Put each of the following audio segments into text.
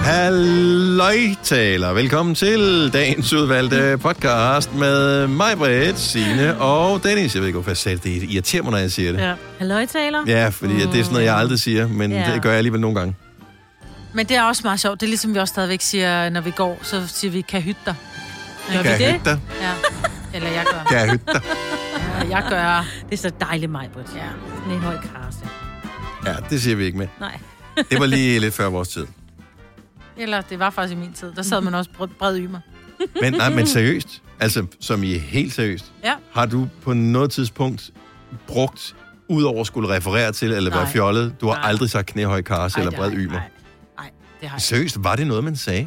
Halløjtaler. Velkommen til dagens udvalgte podcast med mig, Britt, Signe og Dennis. Jeg ved ikke, hvorfor jeg sagde det. Det irriterer mig, når jeg siger det. Ja. Halløjtaler. Ja, fordi det er sådan noget, jeg aldrig siger, men det gør jeg alligevel nogle gange. Men det er også meget sjovt. Det er ligesom vi også stadigvæk siger, når vi går, så siger vi, kan hytte dig. Gør vi det? Dig? Ja. Eller jeg gør. Kan jeg hytte dig? Ja, jeg gør. Det er så dejligt, Majbrit. Ja. Sådan en høj karse. Ja, det siger vi ikke med. Nej. Det var lige lidt før vores tid. Eller det var faktisk i min tid. Der sad man også bred ymer. Men seriøst, altså som I er helt seriøst, Ja. har du på noget tidspunkt brugt, udover at skulle referere til, eller være fjollet, du har aldrig sagt knæhøj karse eller bred ymer? Nej, det har jeg. Seriøst, var det noget, man sagde?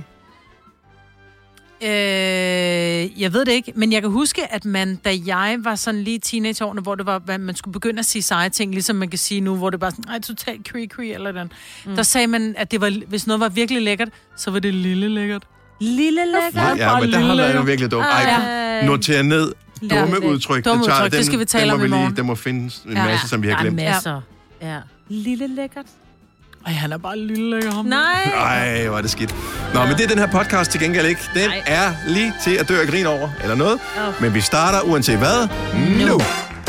Jeg ved det ikke, men jeg kan huske, at da jeg var sådan lige teenageårene, hvor det var, man skulle begynde at sige seje ting, ligesom man kan sige nu, hvor det bare sådan, ej, totalt creepy eller den. Der sagde man, at det var, hvis noget var virkelig lækkert, så var det lille lækkert. Lille lækkert. Ja, men der har været jo virkelig dumt. Ej, noter ned. Dumme udtryk. Dumme udtryk, det skal vi tale om i morgen. Der må findes en masse, som vi har glemt. Der er masser. Ja. Lille lækkert. Ej, han er bare lille lækker ham. Nej. Ej, hvor er det skidt. Nå, men det er den her podcast til gengæld ikke. Den er lige til at dø og grine over, eller noget. Men vi starter uanset hvad. Nu.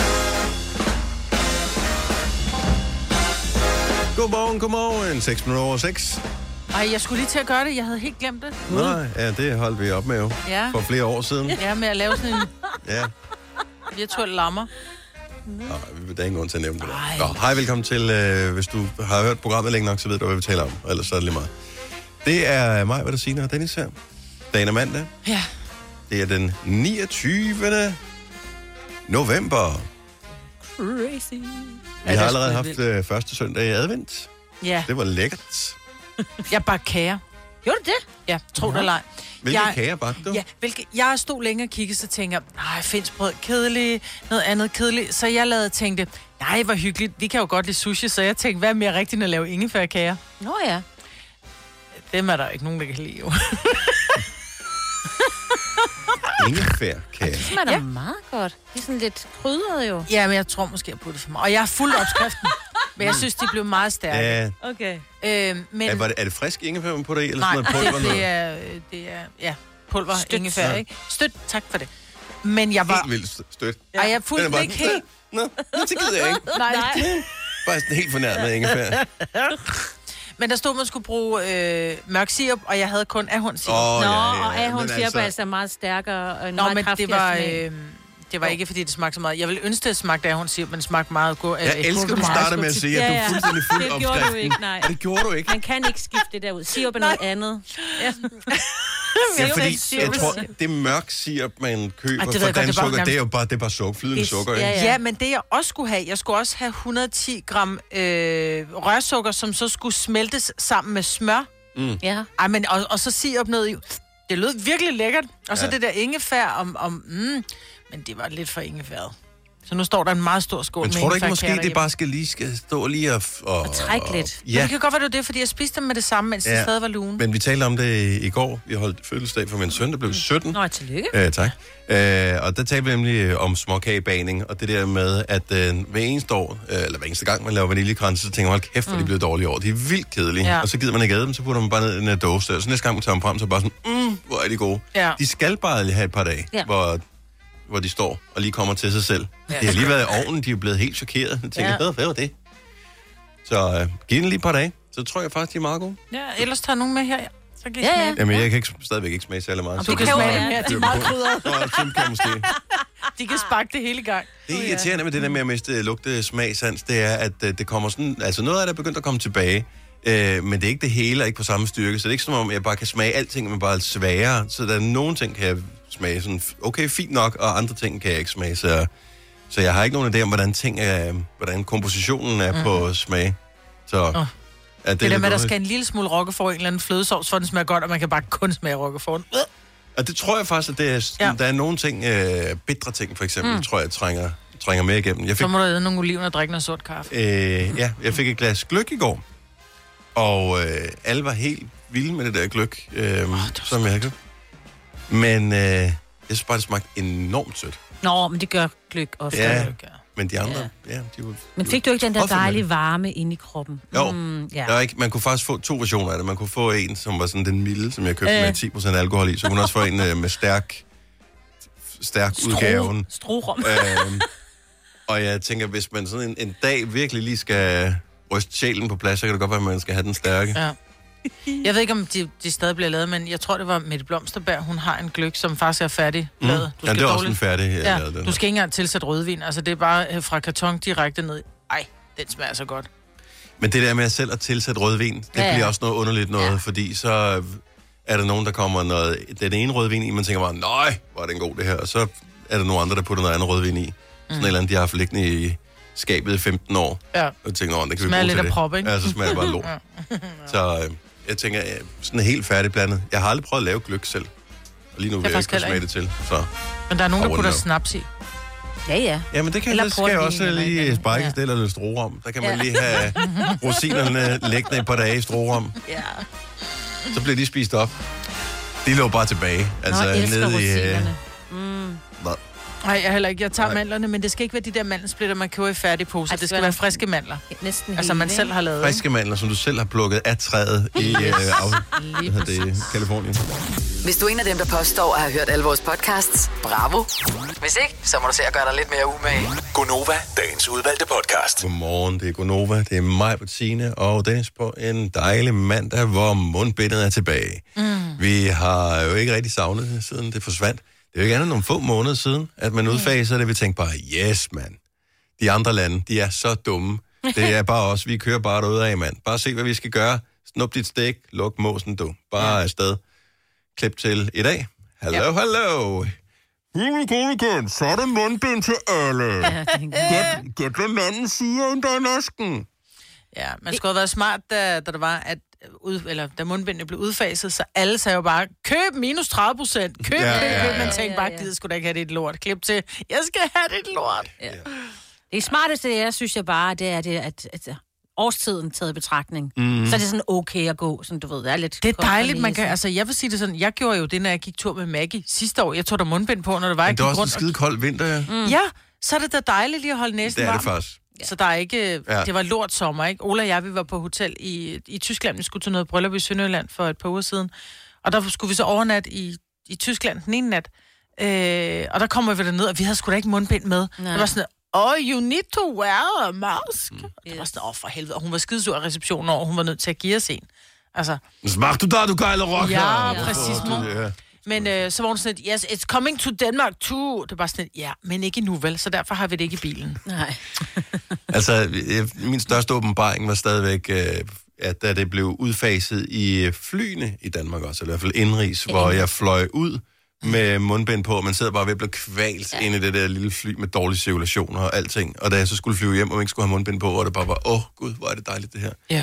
Godmorgen. 6:06. Ej, jeg skulle lige til at gøre det. Jeg havde helt glemt det. Nej, ja, det holdt vi op med jo. Ja. For flere år siden. Ja, med at lave sådan en Ja. virtuel lammer. Nå, der er ingen grund til at nævne det. Nå, hej, velkommen til. Hvis du har hørt programmet længe nok, så ved du, hvad vi taler om. Ellers så er det lige meget. Det er mig, hvad der siger, og Dennis her. Dagen er mandag. Ja. Det er den 29. november. Crazy. Vi har allerede haft første søndag i advent. Ja. Det var lækkert. Jeg bagte kager. Gjorde du det? Ja, tro det eller ej. Hvilke kager bagte du? Ja, jeg stod længe og kiggede, så tænker jeg, findsbrød kedeligt, noget andet kedeligt. Så jeg tænkte, nej, hvor hyggeligt. Vi kan jo godt lide sushi, så jeg tænkte, hvad er mere rigtigt end at lave ingefærkager? Nå ja. Dem er der ikke nogen, der kan lide, jo. Ingefærkager. Det smager da meget godt. Det er sådan lidt krydret jo. Ja, men jeg tror måske, jeg puttede for meget. Og jeg har fulgt opskriften, men jeg synes, de blev meget stærke. Ja. Okay. Men er det frisk ingefær, man putter i, eller nej, sådan noget pulver? det er pulver, Støt. ingefær, ikke? Støt, tak for det. Men jeg var... Helt vildt stødt. Ej, jeg fulgte ikke helt... Nå, det gider jeg ikke. Nej. Bare sådan helt fornærmet ingefær. Men der stod, man skulle bruge mørk sirup, og jeg havde kun ahornsirup. Og ahornsirup er altså meget stærkere og meget kraftigere. Det var ikke, fordi det smagte så meget. Jeg ville ønske, at det smagte ahornsirup, men det smagte meget godt. Jeg elsker, at du starter med at sige, at du er fuldstændig fuld det opskriften. gjorde du ikke, nej. Det gjorde du ikke. Man kan ikke skifte det der ud. Sirup er noget andet. Ja. Ja, fordi jeg tror, det mørk sirup, man køber fra dansk sukker, det er bare sukker, flydende sukker. Ikke? Ja, men det jeg også skulle have, jeg skulle også have 110 gram rørsukker, som så skulle smeltes sammen med smør. Ja. Ej, men og så sirup ned i. Det lød virkelig lækkert. Og så det der ingefær men det var lidt for ingefæret. Så nu står der en meget stor skål med ingefær. Men tror du ikke måske, det bare skal stå lige og trække lidt? Ja. Men det kan godt være, det fordi jeg spiste dem med det samme, mens det stadig var lugen. Men vi talte om det i går. Vi holdt fødselsdag for min søn, der blev 17. Nå, tillykke. Tak. Og der talte vi nemlig om småkagebagning, og det der med, at hver eneste år, eller hver eneste gang, man laver vaniljekranse, så tænker man, hold kæft, hvor de er blevet dårlige år. De er vildt kedelige. Ja. Og så gider man ikke æde dem, så putter man bare ned i en dåse. Og så næste gang, man tager dem frem, så bare sådan, hvor er de gode. Ja. De skal bare lige have et par dage, hvor de står og lige kommer til sig selv. Ja. Det har lige været i ovnen, de er blevet helt chokeret. Jeg tænker, hvad var det? Så giv den lige et par dage, så tror jeg faktisk, de er meget gode. Ja, ellers tager nogen med her, så kan I smage. Jamen, jeg kan stadigvæk ikke smage særlig meget. Du kan smage dem her, de er meget krydrede. De kan sparke det hele i gang. Det er irriterende med det der med at miste lugtesmagssans, det er, at det kommer sådan... Altså, noget af det er begyndt at komme tilbage, men det er ikke det hele, og ikke på samme styrke. Så det er ikke som om, jeg bare kan smage alting, men bare sværere. Så der er nogle ting, kan jeg smage sådan, okay, fint nok, og andre ting kan jeg ikke smage. Så jeg har ikke nogen idé om, hvordan kompositionen er på smag. Så... Det der med, at der skal en lille smule roquefort i en eller anden flødesovs, for den smager godt, og man kan bare kun smage roquefort. Og det tror jeg faktisk, at der er nogle ting, bitre ting for eksempel, tror jeg, trænger med igennem. Så må du æde nogle oliven og drikke noget sort kaffe. Ja, jeg fik et glas gløgg i går, og alle var helt vilde med det der gløgg, som jeg havde købt. Men jeg synes bare, det smagte enormt sødt. Nå, men det gør gløgg ofte. Ja, Men de andre, Men fik du ikke den der dejlige varme inde i kroppen? Jo, man kunne faktisk få 2 versioner af det. Man kunne få en, som var sådan den milde, som jeg købte med 10% alkohol i. Så kunne også få en med stærk udgaven. Strorum. Og jeg tænker, hvis man sådan en dag virkelig lige skal ryste sjælen på plads, så kan det godt være, at man skal have den stærke. Ja. Jeg ved ikke, om de stadig bliver lavet, men jeg tror, det var Mette Blomsterberg. Hun har en gløgg, som faktisk er færdig lavet. Ja, det er også en færdig lavet. Du skal ikke engang tilsætte rødvin. Altså, det er bare fra karton direkte ned. Ej, den smager så godt. Men det der med at selv at tilsætte rødvin, det bliver også noget underligt noget, fordi så er der nogen, der kommer den ene rødvin i, man tænker bare, nej, hvor er den god det her. Og så er der nogle andre, der putter noget andet rødvin i. Sådan et eller andet, de har haft liggende i skabet i 15 år. Ja. Og tænker, det kan vi bruge til det. Smager lidt af prop, ikke? Ja, så smager det bare lort. Så jeg tænker, sådan helt færdigblandet. Jeg har aldrig prøvet at lave gløgg selv. Og lige nu vil jeg ikke smage det til. Så men der er nogen, der putter snaps i. Ja. Ja, men det skal jeg også lige spikes det eller lidt strorum. Der kan man lige have rosinerne liggende et par dage i strorum. Ja. Så bliver de spist op. De lå bare tilbage. Altså nede i... Nej, jeg heller ikke. Jeg tager mandlerne, men det skal ikke være de der mandelsplitter, man køber i færdige poser. Det skal være friske mandler. Næsten altså, man selv har lavet. Friske mandler, som du selv har plukket af træet i Kalifornien. Hvis du er en af dem, der påstår at have hørt alle vores podcasts, bravo. Hvis ikke, så må du se at gøre dig lidt mere umage. Gonova, dagens udvalgte podcast. Godmorgen, det er Gonova. Det er mig, Bettine og Dennis på en dejlig mandag, hvor mundbindet er tilbage. Vi har jo ikke rigtig savnet det, siden det forsvandt. Det er jo ikke andet nogle få måneder siden, at man udfaser det. Vi tænkte bare, yes, mand. De andre lande, de er så dumme. Det er bare os. Vi kører bare derudad, mand. Bare se, hvad vi skal gøre. Snup dit stik. Luk måsen, du. Bare afsted. Klip til i dag. Hallo. Så er det mundbind til alle. Gæt den anden siger, end der er nasken. Ja, man skulle have været smart, da der var, at da mundbindene blev udfaset, så alle sagde jo bare, køb minus 30%, køb. Man tænkte bare, gider sgu da ikke have det et lort. Klip til, jeg skal have det et lort. Ja. Det smarteste, jeg synes jeg bare, det er det, at årstiden taget i betragtning. Så er det sådan okay at gå, sådan du ved, det er lidt... Det er dejligt, man kan, altså jeg vil sige det sådan, jeg gjorde jo det, når jeg gik tur med Maggie sidste år. Jeg tog der mundbind på, når det var, men det var også en skide kold vinter, Ja, så er det da dejligt lige at holde næsen varm. Det er det faktisk. Så der er ikke... Det var lort sommer, ikke? Ola og jeg, vi var på hotel i Tyskland. Vi skulle til noget bryllup i Sønderjylland for et par uger siden. Og der skulle vi så overnatte i Tyskland den ene nat. Og der kommer vi derned, og vi havde sgu da ikke mundbind med. Nej. Det var sådan, you need to wear a mask. Det var sådan, for helvede. Og hun var skidesur af receptionen over, hun var nødt til at give os en. Altså... Smag du der, du gejler rock. Ja, præcis. Men så var hun sådan et, yes, it's coming to Denmark too. Det var sådan et, ja, men ikke nu vel, så derfor har vi det ikke i bilen. Nej. Altså, min største åbenbaring var stadigvæk, at da det blev udfaset i flyene i Danmark også, eller i hvert fald indrigs, hvor jeg fløj ud med mundbind på, og man sidder bare ved at blive kvalt inde i det der lille fly med dårlig cirkulation og alting. Og da jeg så skulle flyve hjem, og ikke skulle have mundbind på, og det bare var, gud, hvor er det dejligt det her. Ja.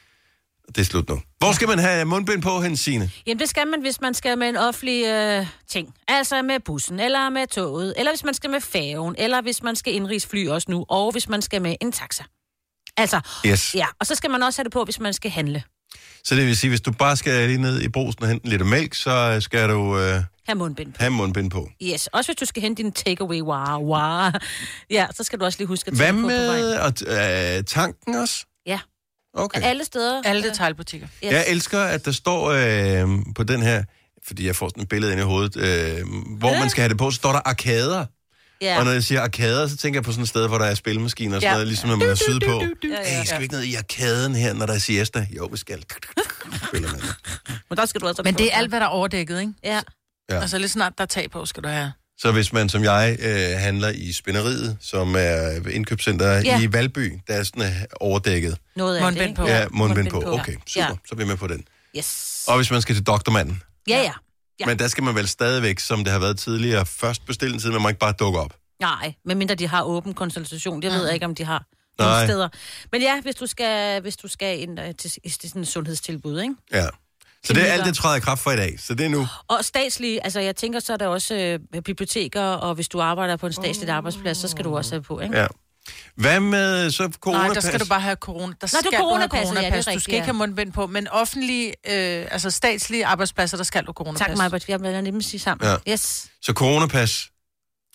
Det er slut nu. Hvor skal man have mundbind på hen, Signe? Jamen, det skal man, hvis man skal med en offentlig ting. Altså med bussen, eller med toget, eller hvis man skal med færgen, eller hvis man skal indrigsfly også nu, og hvis man skal med en taxa. Altså, ja. Og så skal man også have det på, hvis man skal handle. Så det vil sige, hvis du bare skal lige ned i brugsen og hente lidt mælk, så skal du... have mundbind på. Yes, også hvis du skal hente din takeaway wow. Ja, så skal du også lige huske at tage på vejen. Hvad med tanken også? Ja. Okay. Alle steder. Alle detailbutikker. Yes. Jeg elsker, at der står på den her, fordi jeg får sådan et billede ind i hovedet, hvor man skal have det på, så står der arkader. Yeah. Og når jeg siger arkader, så tænker jeg på sådan et sted, hvor der er spilmaskiner og sådan noget, ligesom når man er sydpå. Hey, skal vi ikke ned i arkaden her, når der er siesta? Jo, vi skal. Spiller man. Men der skal du også. Men det er alt, hvad der er overdækket, ikke? Ja. Altså lige snart der er tag på, skal du have. Så hvis man som jeg handler i Spinderiet, som er indkøbscenter i Valby, der er sådan overdækket. Noget af mundbind det, på. Ja, mundbind på. Okay, super. Så er vi med på den. Yes. Og hvis man skal til doktormanden. Ja. Men der skal man vel stadigvæk, som det har været tidligere, først bestille en tid, man må ikke bare dukke op. Nej, medmindre de har åben konsultation. Det ved jeg ikke, om de har nogle steder. Men ja, hvis du skal ind til sådan et sundhedstilbud, ikke? Ja. Så det er alt, det træder i kraft for i dag. Så det er nu. Og statslige, altså jeg tænker, så er der også biblioteker, og hvis du arbejder på en statslig arbejdsplads, så skal du også have på, ikke? Ja. Hvad med så coronapas? Nej, der skal du bare have corona. Der skal du have coronapas. Du skal ikke have mundbind på, men offentlige, altså statslige arbejdspladser, der skal du coronapas. Tak, Majbert. Vi har nemlig sige sammen. Ja. Yes. Så coronapas? Ja.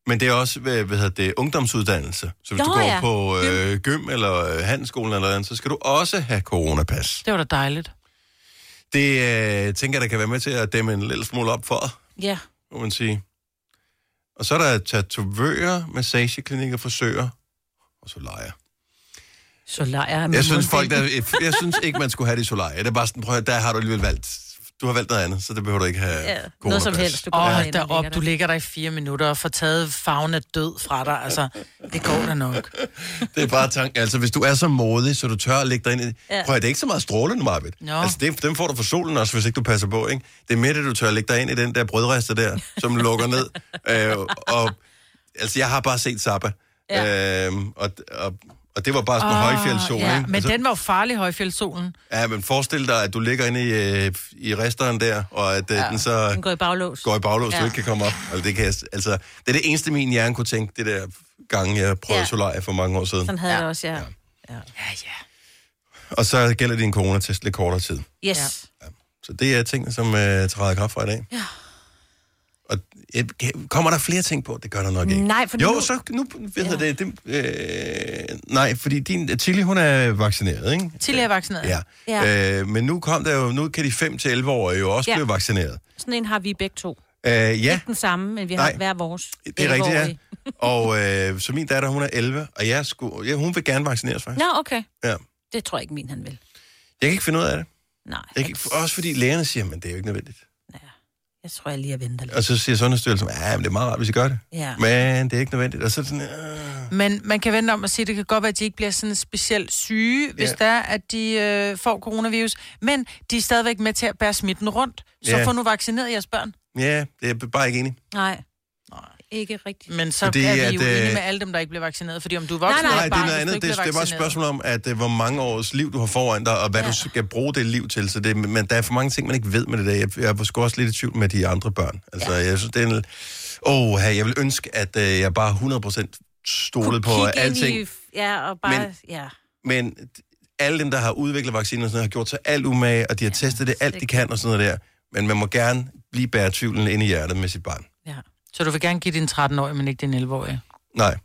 Men det er også, ungdomsuddannelse. Så hvis du går på gym eller handelsskolen eller andet, så skal du også have coronapas. Det var da dejligt. Det tænker jeg, der kan være med til at dæmme en lille smule op for. Ja. Må man sige. Og så er der tatovører, massageklinikker, frisører og solarier. Solarier? Jeg synes ikke, man skulle have det i solarier. Det er bare sådan, prøv at, der har du alligevel valgt. Du har valgt noget andet, så det behøver du ikke have noget som helst. Du ligger der i 4 minutter og får taget farven af død fra dig. Altså, det går da nok. Det er bare tanken. Altså, hvis du er så modig, så du tør at lægge dig ind i... Prøv at, det er ikke så meget strålende, Marvitt. Altså, dem får du fra solen også, hvis ikke du passer på, ikke? Det er mere det, du tør at lægge dig ind i den der brødrester der, som lukker ned. Altså, jeg har bare set Zappa. Og det var bare sådan en højfjeldssol, ikke? Men altså, den var jo farlig, højfjeldsolen. Ja, men forestil dig, at du ligger inde i restauranten der, og at den så... Den går i baglås. Du ikke kan komme op. Altså, det er det eneste, min hjerne kunne tænke, det der gang, jeg prøvede solarie for mange år siden. Sådan havde jeg også, ja. Og så gælder det en coronatest lidt kortere tid. Yes. Ja. Så det er ting, som træder i kraft fra i dag. Ja. Og kommer der flere ting på? Det gør der nok ikke. Nej, for nej, fordi din Tilly, hun er vaccineret, ikke? Tilly er vaccineret. Ja. Men nu kan de 5-11-årige jo også blive vaccineret. Sådan en har vi begge to. Ikke den samme, men vi har hver vores. Det er rigtigt, ja. Og så min datter, hun er 11, og hun vil gerne vaccineres, faktisk. Nå, okay. Ja. Det tror jeg ikke, min han vil. Jeg kan ikke finde ud af det. Nej. Også fordi lægerne siger, men det er jo ikke nødvendigt. Jeg tror, jeg lige venter lidt. Og så siger Sundhedsstyrelsen, men det er meget rart, hvis I gør det. Ja. Men det er ikke nødvendigt. Og så sådan, Men man kan vente om at sige, at det kan godt være, at de ikke bliver sådan specielt syge, hvis det er, at de får coronavirus. Men de er stadigvæk med til at bære smitten rundt. Så få nu vaccineret jeres børn. Ja, det er bare ikke enig. Nej. Ikke rigtigt. Men så er vi jo enige med alle dem, der ikke bliver vaccineret. Fordi om du er voksen nej, det er noget andet. Det er bare et spørgsmål om, at hvor mange års liv du har foran dig, og hvad du skal bruge det liv til. Så men der er for mange ting, man ikke ved med det der. Jeg var sgu også lidt i tvivl med de andre børn. Altså, jeg synes, det er jeg vil ønske, at jeg bare 100% stolede på alting. Men alle dem, der har udviklet vacciner og sådan noget, har gjort sig alt umage, og de har testet det alt, de kan og sådan noget der. Men man må gerne blive bære tvivlen ind i hjertet med sit barn. Ja. Så du vil gerne give din 13-årige, men ikke din 11-årige? Nej.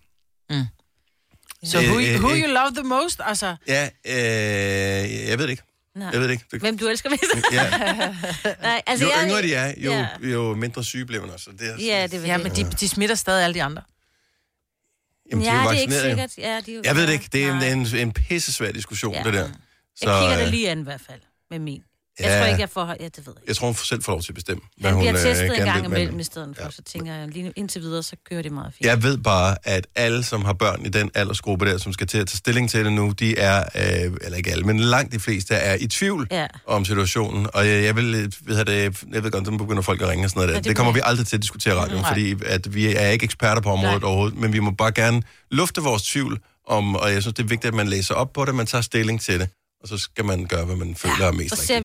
Så who you love the most, altså? Ja, jeg ved det ikke. Nej. Jeg ved det ikke. Hvem du elsker mest? Nej, altså, jo yngre de er, jo mindre syge bliver man også. Men de smitter stadig alle de andre. Jamen, det er ikke sikkert. Jeg ved det ikke. Det er en pissesvær diskussion, det der. Så, jeg kigger det lige an i hvert fald med min. Jeg tror ikke, jeg får... Ja, det ved jeg. Jeg tror, hun selv får lov til at bestemme, hvad hun bliver testet en gang imellem i stedet for, så tænker jeg, lige nu indtil videre, så kører det meget fint. Jeg ved bare, at alle, som har børn i den aldersgruppe der, som skal til at tage stilling til det nu, de er, eller ikke alle, men langt de fleste er i tvivl om situationen. Og jeg ved godt, så begynder folk at ringe og sådan noget der. Det kommer vi aldrig til at diskutere radioen, fordi at vi er ikke eksperter på området overhovedet, men vi må bare gerne lufte vores tvivl om, og jeg synes, det er vigtigt, at man læser op på det, man tager stilling til det. Og så skal man gøre, hvad man føler er mest rigtigt.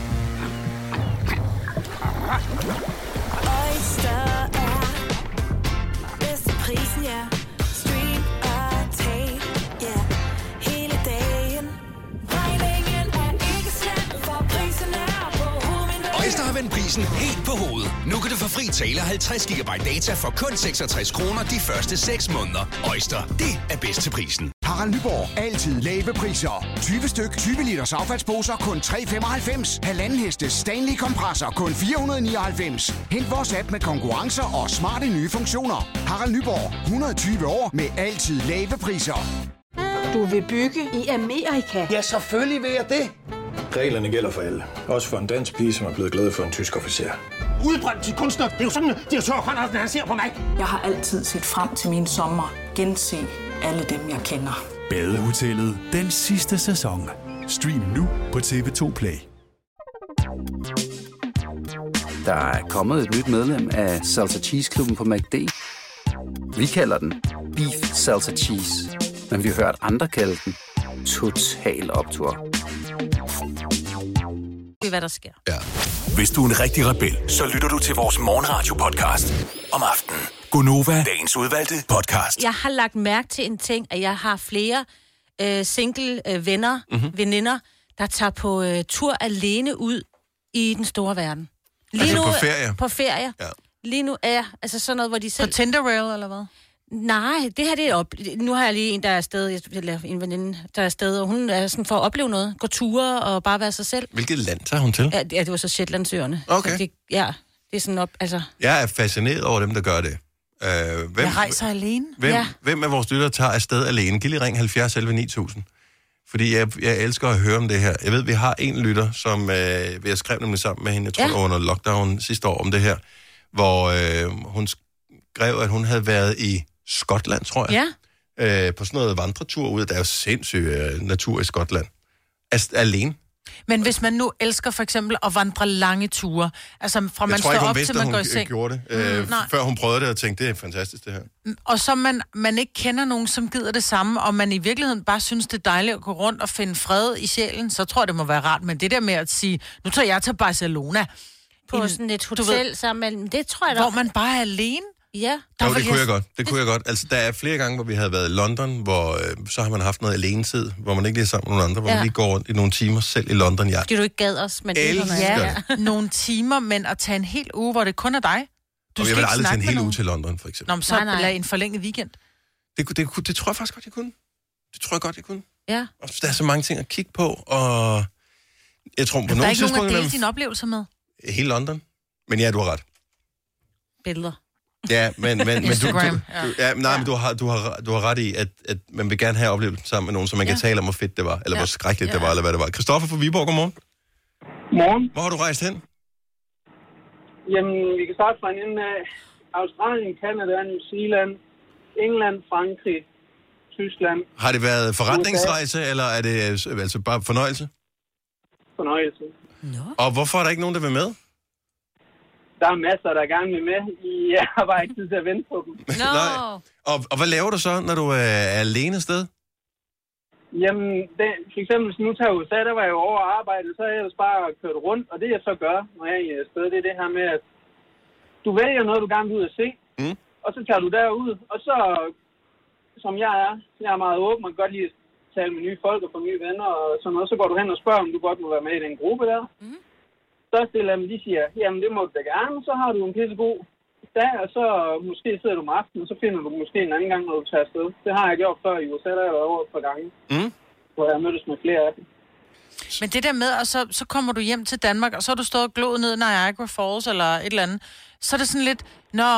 Oyster er bedst til prisen, ja. Stream og tag, ja. Hele dagen. Regningen er ikke slem, for prisen er på hovedet. Oyster har vendt prisen helt på hovedet. Nu kan du få fri tale 50 GB data for kun 66 kroner de første 6 måneder. Oyster, det er bedst til prisen. Harald Nyborg. Altid lave priser. 20 styk, 20 liters affaldsposer kun 3,95. Halvanden heste Stanley kompresser kun 499. Hent vores app med konkurrencer og smarte nye funktioner. Harald Nyborg. 120 år med altid lave priser. Du vil bygge i Amerika? Ja, selvfølgelig vil jeg det. Reglerne gælder for alle. Også for en dansk pige, som er blevet glad for en tysk officer. Udbrændt til kunstner. Det er jo sådan, at direktør Conradsen, han ser på mig. Jeg har altid set frem til min sommer. Gense alle dem, jeg kender. Badehotellet den sidste sæson. Stream nu på TV2 Play. Der er kommet et nyt medlem af Salsa Cheese Klubben på McD. Vi kalder den Beef Salsa Cheese, men vi har hørt andre kalde den Total Optur. Hvad der sker. Ja. Hvis du er en rigtig rebel, så lytter du til vores morgenradio-podcast om aftenen. Gonova, dagens udvalgte podcast. Jeg har lagt mærke til en ting, at jeg har flere single veninder, der tager på tur alene ud i den store verden. Lige altså nu, på ferie? På ferie. Ja. Lige nu er jeg, altså sådan noget, hvor de selv... På Tinderrail, eller hvad? Nej, det her det er nu har jeg lige en, der er afsted, en veninde, der er afsted, og hun er sådan for at opleve noget. Gå ture og bare være sig selv. Hvilket land tager hun til? Ja, det var så Shetlandsøerne. Okay. Så det er sådan op, altså... Jeg er fascineret over dem, der gør det. Jeg rejser alene. Hvem af vores lyttere tager afsted alene? Giv lige ring 70 11 9000. Fordi jeg elsker at høre om det her. Jeg ved, vi har en lytter, som vi har skrevet nemlig sammen med hende, jeg tror, under lockdown sidste år om det her, hvor hun skrev, at hun havde været i Skotland, tror jeg. Ja. På sådan noget vandretur ud. Der er jo sindssyg natur i Skotland. Alene. Men hvis man nu elsker for eksempel at vandre lange ture, altså fra man står op til man går i seng. Jeg tror ikke, hun vidste, at hun gjorde det. Før hun prøvede det og tænkte, det er fantastisk det her. Og så man ikke kender nogen, som gider det samme, og man i virkeligheden bare synes, det er dejligt at gå rundt og finde fred i sjælen, så tror jeg, det må være rart. Men det der med at sige, nu tager jeg til Barcelona. På sådan et hotel sammen, det tror jeg da. Hvor man bare er alene. Ja. Jo, det kunne jeg godt. Altså, der er flere gange, hvor vi havde været i London, hvor så har man haft noget alenetid, hvor man ikke lige er sammen med nogen andre, hvor man lige går rundt i nogle timer selv i London. Fordi du ikke gad os, men nogle timer, men at tage en hel uge, hvor det kun er dig. Og jeg vil aldrig tage en hel uge til London, for eksempel. Nå, men så lad en forlænget weekend. Det tror jeg faktisk godt, jeg kunne. Det tror jeg godt, jeg kunne. Ja. Og der er så mange ting at kigge på, og jeg tror på nogle tidspunkter... Der er ikke nogen at dele dine oplevelser med? Hele London. Men ja, du har ret. Billeder. Ja, men Instagram. Men du har ret i, at man vil gerne have oplevelsen sammen med nogen, så man kan tale om, hvor fedt det var, eller hvor skrækkeligt det var, eller hvad det var. Christoffer fra Viborg, godmorgen. Godmorgen. Hvor har du rejst hen? Jamen, vi kan starte fra en ende af Australien, Canada, New Zealand, England, Frankrig, Tyskland. Har det været forretningsrejse, eller er det altså bare fornøjelse? Fornøjelse. No. Og hvorfor er der ikke nogen, der vil med? Der er masser, der gerne vil med. Jeg har bare ikke tid til at vente på dem. No. Nej. Og hvad laver du så, når du er alene sted? Jamen, for eksempel, nu tager jeg USA, der var jeg jo over arbejde, så har jeg ellers bare kørt rundt. Og det jeg så gør, når jeg er i sted, det er det her med, at du vælger noget, du gerne vil ud at se. Og så tager du derud, og så, som jeg er meget åben og godt lide at tale med nye folk og få nye venner og sådan noget. Så går du hen og spørger, om du godt må være med i den gruppe der. Størstedelen af dem, de siger, jamen det må du da gerne, så har du en pissegod dag, og så måske sidder du om aftenen, og så finder du måske en anden gang, når du tager afsted. Det har jeg gjort før i USA, der har jeg været over et par gange, hvor jeg har mødtes med flere af dem. Men det der med, og så kommer du hjem til Danmark, og så har du stået og glået ned i Niagara Falls eller et eller andet, så er det sådan lidt,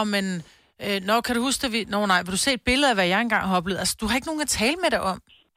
kan du huske det? Vil du se et billede af, hvad jeg engang har oplevet? Altså, du har ikke nogen at tale med dig om.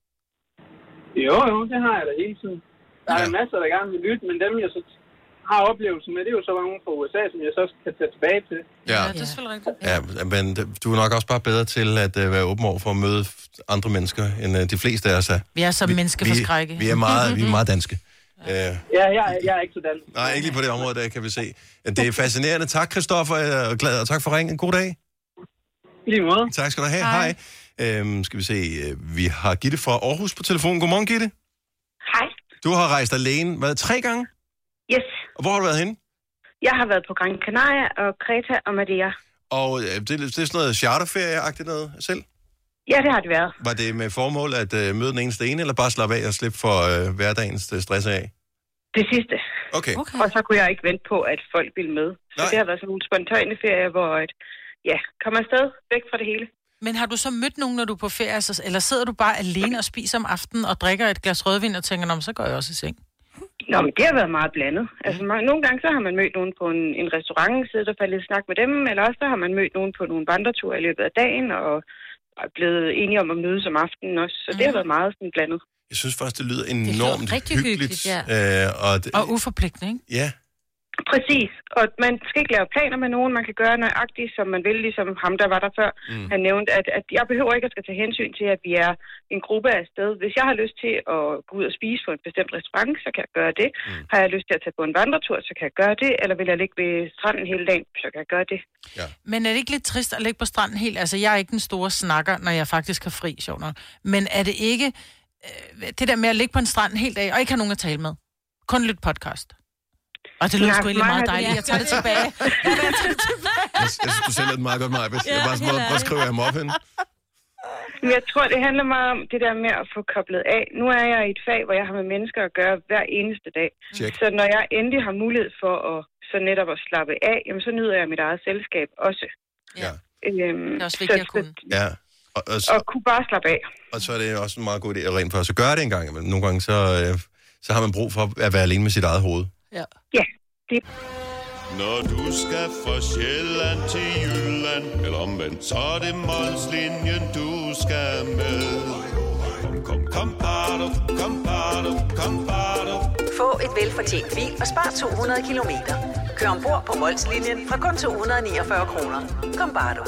Jo, det har jeg da hele tiden. Der er masser, der gerne vil lytte, men dem, jeg så har oplevelsen med, det er jo så mange fra USA, som jeg så kan tage tilbage til. Ja, det er selvfølgelig rigtigt. Ja, men du er nok også bare bedre til at være åben over for at møde andre mennesker, end de fleste af os er. Vi er så menneskeforskrække. Vi er meget danske. Jeg er ikke så dansk. Nej, ikke lige på det område, der kan vi se. Det er fascinerende. Tak, Christoffer, og tak for ringen. God dag. Lige måde. Tak skal du have. Hej. Skal vi se. Vi har Gitte fra Aarhus på telefonen. Godmorgen, Gitte. Hej. Du har rejst alene. Hvad, 3 gange? Yes. Og hvor har du været henne? Jeg har været på Gran Canaria og Kreta og Madeira. Og det er sådan noget charterferie-agtigt noget selv? Ja, det har det været. Var det med formål at møde den eneste ene, eller bare slappe af og slippe for hverdagens stress af? Det sidste. Okay. Og så kunne jeg ikke vente på, at folk ville med. Så det har været sådan nogle spontane ferier, hvor kom afsted væk fra det hele. Men har du så mødt nogen, når du er på ferie, eller sidder du bare alene og spiser om aftenen og drikker et glas rødvin og tænker, så går jeg også i seng? Nå, men det har været meget blandet. Altså, nogle gange så har man mødt nogen på en restaurant, siddet og faldet i snak med dem, eller også så har man mødt nogen på nogle vandreture i løbet af dagen, og er blevet enige om at mødes om aftenen også. Så det har været meget sådan blandet. Jeg synes faktisk, det lyder enormt hyggeligt. Ja. Og uforpligtende, ikke? Ja. Præcis. Og man skal ikke lave planer med nogen. Man kan gøre nøjagtigt, som man vil, ligesom ham, der var der før. Han nævnte, at jeg behøver ikke at skal tage hensyn til, at vi er en gruppe af sted. Hvis jeg har lyst til at gå ud og spise på en bestemt restaurant, så kan jeg gøre det. Har jeg lyst til at tage på en vandretur, så kan jeg gøre det. Eller vil jeg ligge ved stranden hele dagen, så kan jeg gøre det. Ja. Men er det ikke lidt trist at ligge på stranden helt? Altså, jeg er ikke den store snakker, når jeg faktisk har fri, sjovt nok. Men er det ikke det der med at ligge på en strand helt af, og ikke have nogen at tale med? Kun lidt podcast. Og det lyder sgu egentlig meget dejligt. Jeg tager det tilbage. Jeg synes, du sælger den meget godt, Maja. Jeg bare sådan, hvor skriver jeg ham op henne? Jeg tror, det handler meget om det der med at få koblet af. Nu er jeg i et fag, hvor jeg har med mennesker at gøre hver eneste dag. Check. Så når jeg endelig har mulighed for at så netop at slappe af, jamen så nyder jeg mit eget selskab også. Ja. Det er også vigtigt at kunne. Ja. Og kunne bare slappe af. Og så er det også en meget god idé at rent først at gøre det en gang. Men nogle gange, så har man brug for at være alene med sit eget hoved. Ja. Ja, det. Når du skal fra Sjælland til Jylland, eller omvendt, så er det Molslinjen, du skal med. Kom, bado, kom, bado. Få et velfortjent bil og spar 200 kilometer. Kør ombord på Molslinjen fra kun 249 kroner. Kom, bado.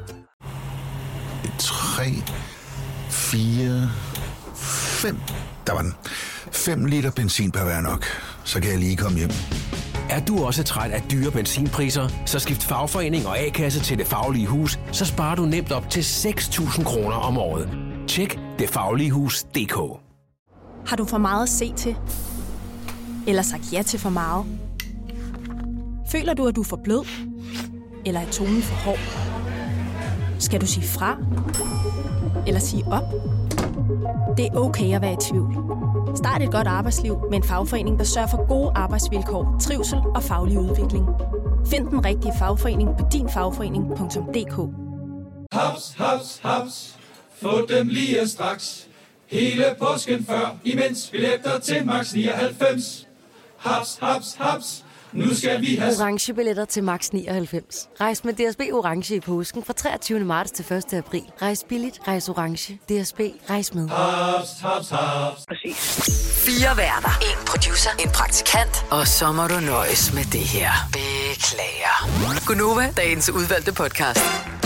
3, 4, 5. Der var den. 5 liter benzin per hver nok. Så kan jeg lige komme hjem. Er du også træt af dyre benzinpriser, så skift fagforening og A-kasse til Det Faglige Hus, så sparer du nemt op til 6.000 kroner om året. Tjek detfagligehus.dk. Har du for meget at se til? Eller sagt ja til for meget? Føler du, at du er for blød? Eller er tonen for hård? Skal du sige fra? Eller sige op? Det er okay at være i tvivl. Start et godt arbejdsliv med en fagforening, der sørger for gode arbejdsvilkår, trivsel og faglig udvikling. Find den rigtige fagforening på dinfagforening.dk. Haps, haps, haps. Få dem lige straks. Hele påsken før, imens billetter til max 99. Haps, haps, haps. Nu skal vi have orange billetter til max 99. Rejs med DSB orange i påsken fra 23. marts til 1. april. Rejs billigt, rejs orange. DSB, rejs med. Haps, haps, haps. Præcis. 4 værter. 1 producer. En praktikant. Og så må du nøjes med det her. Beklager. Gunova, dagens udvalgte podcast.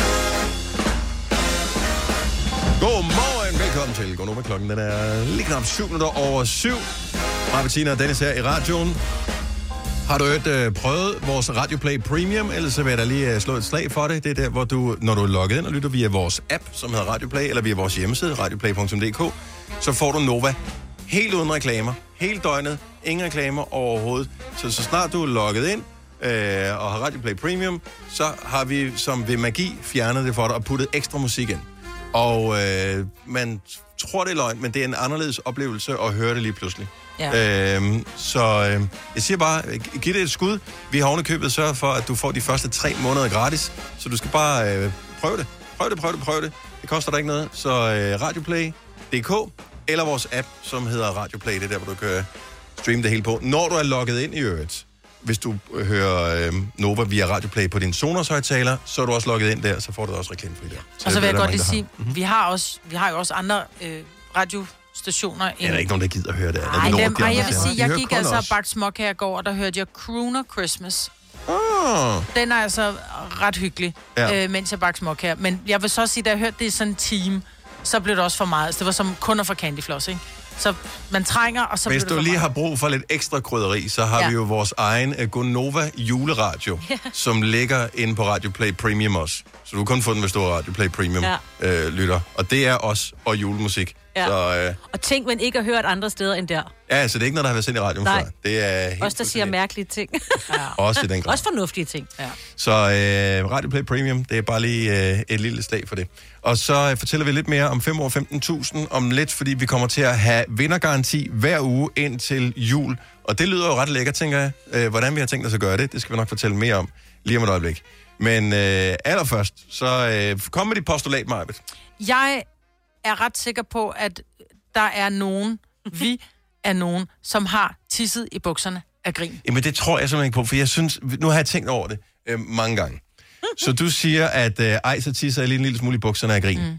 Godmorgen, velkommen til Gunova. Klokken den er lige knap 7:07. Mig, Bettina og Dennis her i radioen. Har du prøvet vores Radioplay Premium, eller så vil jeg da lige slå et slag for det. Det er der, hvor du, når du er logget ind og lytter via vores app, som hedder Radioplay, eller via vores hjemmeside, radioplay.dk, så får du Nova helt uden reklamer, hele døgnet, ingen reklamer overhovedet. Så snart du er logget ind og har Radioplay Premium, så har vi som ved magi fjernet det for dig og puttet ekstra musik ind. Og man tror, det er løgn, men det er en anderledes oplevelse at høre det lige pludselig. Ja. Jeg siger bare, giv det et skud. Vi har ovenikøbet sørget for, at du får de første 3 måneder gratis, så du skal bare prøve det. Prøv det. Det koster dig ikke noget. Så radioplay.dk eller vores app, som hedder Radioplay, det er der, hvor du kan streame det hele på. Når du er logget ind i øvrigt, hvis du hører Nova via Radioplay på din Sonos-højttaler, så er du også logget ind der, så får du også reklamefri der. Og så vil jeg godt lige sige, vi har jo også andre radiostationer. Ja, der er ikke nogen, der gider at høre det. Jeg vil sige, jeg gik altså bagt småkager i går, og der hørte jeg Crooner Christmas. Den er altså ret hyggelig, mens jeg bagte småkager. Men jeg vil så sige, da jeg hørte det i sådan en time, så blev det også for meget. Altså, det var som kunder for Candy Floss, ikke? Så man trænger, og så hvis bliver det du lige har brug for lidt ekstra krydderi, så har vi jo vores egen Gunova juleradio, som ligger inde på Radioplay Premium også. Så du kan kun få den, hvis du har Radioplay Premium lytter. Og det er os og julemusik. Ja. Så, og ting, man ikke har hørt andre steder end der. Ja, så det er ikke noget, der har været sendt i radioen før. Det er helt også der siger mærkelige ting. Også i den grad. Også fornuftige ting. Ja. Så Radioplay Premium, det er bare lige et lille slag for det. Og så fortæller vi lidt mere om 5 år 15.000 om lidt, fordi vi kommer til at have vindergaranti hver uge ind til jul. Og det lyder jo ret lækkert, tænker jeg. Hvordan vi har tænkt os at gøre det, det skal vi nok fortælle mere om lige om et øjeblik. Men allerførst, så kom med dit postulat, Majbet. Jeg er ret sikker på, at der er nogen, vi er nogen, som har tisset i bukserne af grin. Jamen det tror jeg simpelthen ikke på, for jeg synes, nu har jeg tænkt over det mange gange. Så du siger, at så tisser jeg lige en lille smule i bukserne af grin.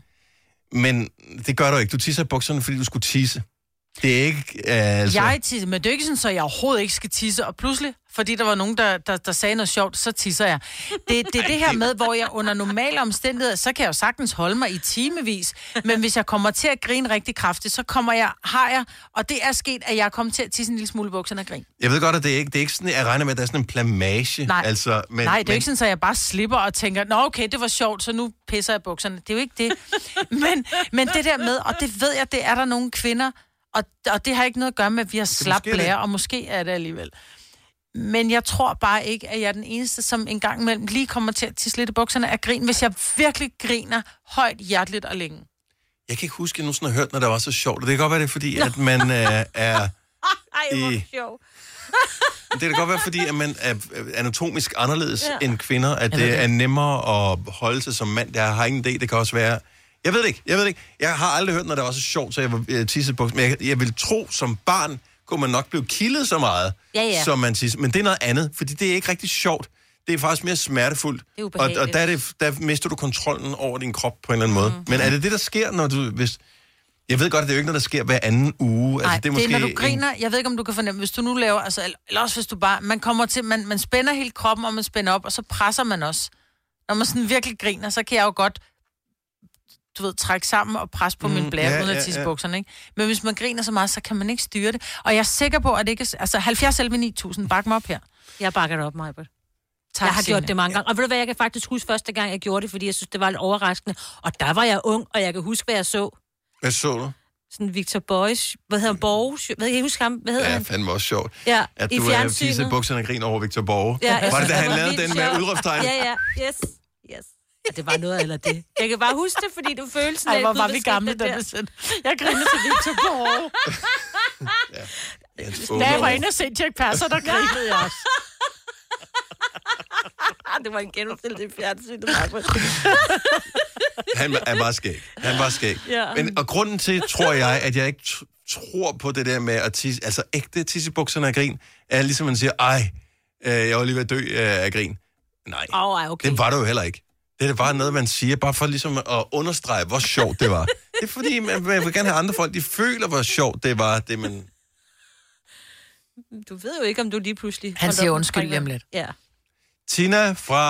Men det gør du ikke. Du tisser i bukserne, fordi du skulle tisse. Det er ikke... Jeg tisser, men det er ikke sådan, så jeg overhovedet ikke skal tisse. Og pludselig, fordi der var nogen, der sagde noget sjovt, så tisser jeg. Det er det her med, hvor jeg under normale omstændigheder, så kan jeg jo sagtens holde mig i timevis. Men hvis jeg kommer til at grine rigtig kraftigt, så og det er sket, at jeg er kommet til at tisse en lille smule i bukserne af grin. Jeg ved godt, at det er ikke sådan, jeg regner med, at der er sådan en plamage. Nej, det er jo ikke sådan, så jeg bare slipper og tænker, nå okay, det var sjovt, så nu pisser jeg bukserne. Det er jo ikke det. men det der med, og det ved jeg, det er der nogle kvinder, og det har ikke noget at gøre med, at vi har slap blære, og måske er det alligevel. Men jeg tror bare ikke, at jeg er den eneste, som en gang imellem lige kommer til at tisse lidt i bukserne af grin, hvis jeg virkelig griner højt, hjerteligt og længe. Jeg kan ikke huske, at jeg nogensinde har hørt, når det var så sjovt. Og det kan godt være, det er fordi, at man er Ej, hvor sjov. Det kan godt være, fordi at man er anatomisk anderledes end kvinder, at det er nemmere at holde sig som mand. Jeg har ingen idé, det kan også være... Jeg ved det ikke. Jeg har aldrig hørt, når det var så sjovt, så jeg var tisset på. Men jeg vil tro, som barn kunne man nok blive kildet så meget, som man tisser. Men det er noget andet, fordi det er ikke rigtig sjovt. Det er faktisk mere smertefuldt. Det er ubehageligt. Og der mister du kontrollen over din krop på en eller anden måde. Men er det det, der sker, når du... Jeg ved godt, at det er jo ikke noget, der sker hver anden uge. Nej, altså, det er måske når du griner. Jeg ved ikke, om du kan fornemme, hvis du nu laver... Altså, eller også hvis du bare... Man kommer til... Man spænder hele kroppen, og man spænder op, og så presser man også. Når man sådan virkelig griner, så kan jeg jo godt... Du ved, trække sammen og presse på min blære uden at tisse bukserne, ikke? Men hvis man griner så meget, så kan man ikke styre det. Og jeg er sikker på, at det ikke er... Altså, 70-9000, bak mig op her. Jeg bakker det op, Majbert. Tak, jeg har gjort det mange gange. Og ved du hvad, jeg kan faktisk huske første gang, jeg gjorde det, fordi jeg synes, det var lidt overraskende. Og der var jeg ung, og jeg kan huske, hvad jeg så. Hvad så du? Sådan Victor Boys. Hvad hedder han? Borges? Hvad kan jeg huske ham? Hvad hedder han? Ja, fandme også sjovt. Ja, at du er tisse bukserne og griner over Victor Borge. Ja, var det, da han lavede den med udråbstegn? Ja. Yes. Ja, det var noget eller det. Jeg kan bare huske det, fordi du følte sådan... Ej, hvor var vi gamle, da vi sendte. Jeg griner til Victor Borge. Da jeg var inde og se Dirch Passer, der grinede jeg også. Det var en genudstillelse i fjernsynet. Han er bare skæg. Ja. Men, og grunden til, tror jeg, at jeg ikke tror på det der med at tisse, altså ægte tissebukserne af grin, er ligesom man siger, jeg var lige ved at dø af grin. Nej, okay. Det var det jo heller ikke. Det er bare noget, man siger, bare for ligesom at understrege, hvor sjovt det var. Det er fordi, man vil gerne have andre folk, de føler, hvor sjovt det var, det man... Du ved jo ikke, om du lige pludselig... Han siger undskyld lige om lidt. Ja. Tina fra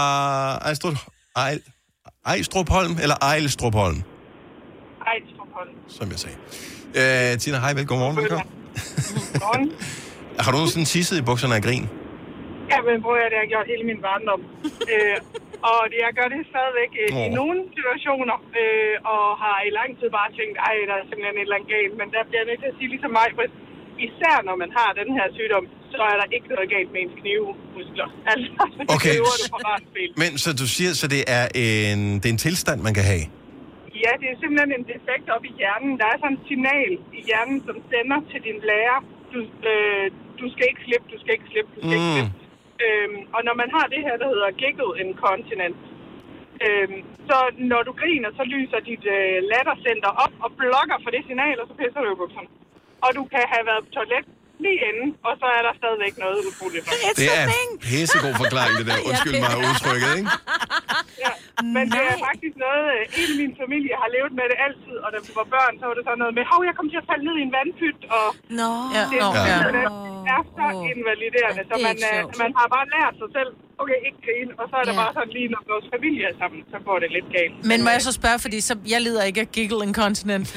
Ejstrupholm, eller Ejlstrupholm? Ejstrupholm. Som jeg sagde. Tina, hej, velkommen. Godmorgen. Har du nogensinde tisset i bukserne af grin? Ja, men det har jeg gjort hele min barndom. Og jeg gør det stadigvæk i nogle situationer, og har i lang tid bare tænkt, der er simpelthen et eller andet galt. Men der bliver jeg nødt til at sige ligesom mig, især når man har den her sygdom, så er der ikke noget galt med ens knivemuskler. Altså, okay. Det du på rensspil. Men så du siger, så det er en tilstand, man kan have? Ja, det er simpelthen en defekt op i hjernen. Der er sådan et signal i hjernen, som sender til din blære. Du skal ikke slippe, du skal ikke slippe, du skal ikke slippe. Og når man har det her, der hedder giggle incontinence, så når du griner, så lyser dit lattercenter op og blokker for det signal, og så pisser du i bukserne. Og du kan have været på toilet lige inden, og så er der stadigvæk noget utroligt. Det er pissegod forklaring, det der. Undskyld mig udtrykket, ikke? Ja, men det er faktisk noget, hele min familie har levet med det altid, og da vi var børn, så var det sådan noget med, jeg kom til at falde ned i en vandpyt, og det er så invaliderende, så man har bare lært sig selv, okay, ikke grine, og så er det bare sådan lige, når vores familie er sammen, så går det lidt galt. Men må jeg så spørge, fordi jeg lider ikke af giggle incontinence,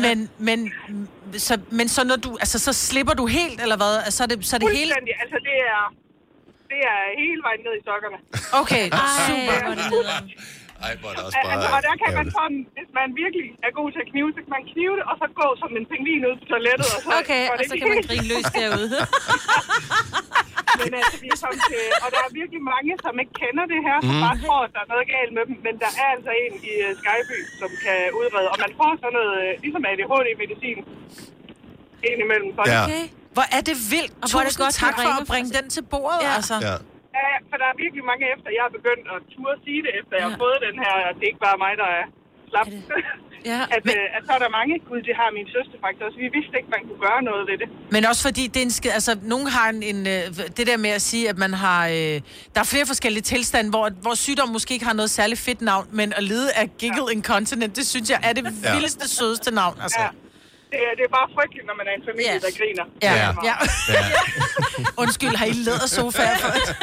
men så når du, altså så slipper du helt, eller hvad? Så er det hele... Altså det er hele vejen ned i sokkerne. Okay, super. Hvor er det også bare... og der kan man sådan, hvis man virkelig er god til at knive, så kan man knive det, og så gå som en pingvin ud på toilettet, og så... Okay, og så kan man grine løs derude. Men altså, vi er sådan til... Og der er virkelig mange, som ikke kender det her, som bare tror, at der er noget galt med dem, men der er altså en i Skyby, som kan udrede, og man får sådan noget, ligesom ADHD-medicin, indimellem. Okay. Hvor er det vildt. Og tusind tak for at bringe den til bordet, altså. Ja, for der er virkelig mange efter, jeg har begyndt at turde sige det, efter jeg har fået den her, og det er ikke bare mig, der er slap. At så er der mange, det har min søster faktisk også. Vi vidste ikke, man kunne gøre noget ved det. Men også fordi, det er altså, nogen har det der med at sige, at man har, der er flere forskellige tilstande, hvor sygdom måske ikke har noget særligt fedt navn, men at lide af giggle incontinent, det synes jeg er det vildeste, sødeste navn, altså. Ja. Det er bare frygteligt, når man er en familie, der griner. Ja. Undskyld, har I lædersofaer for det?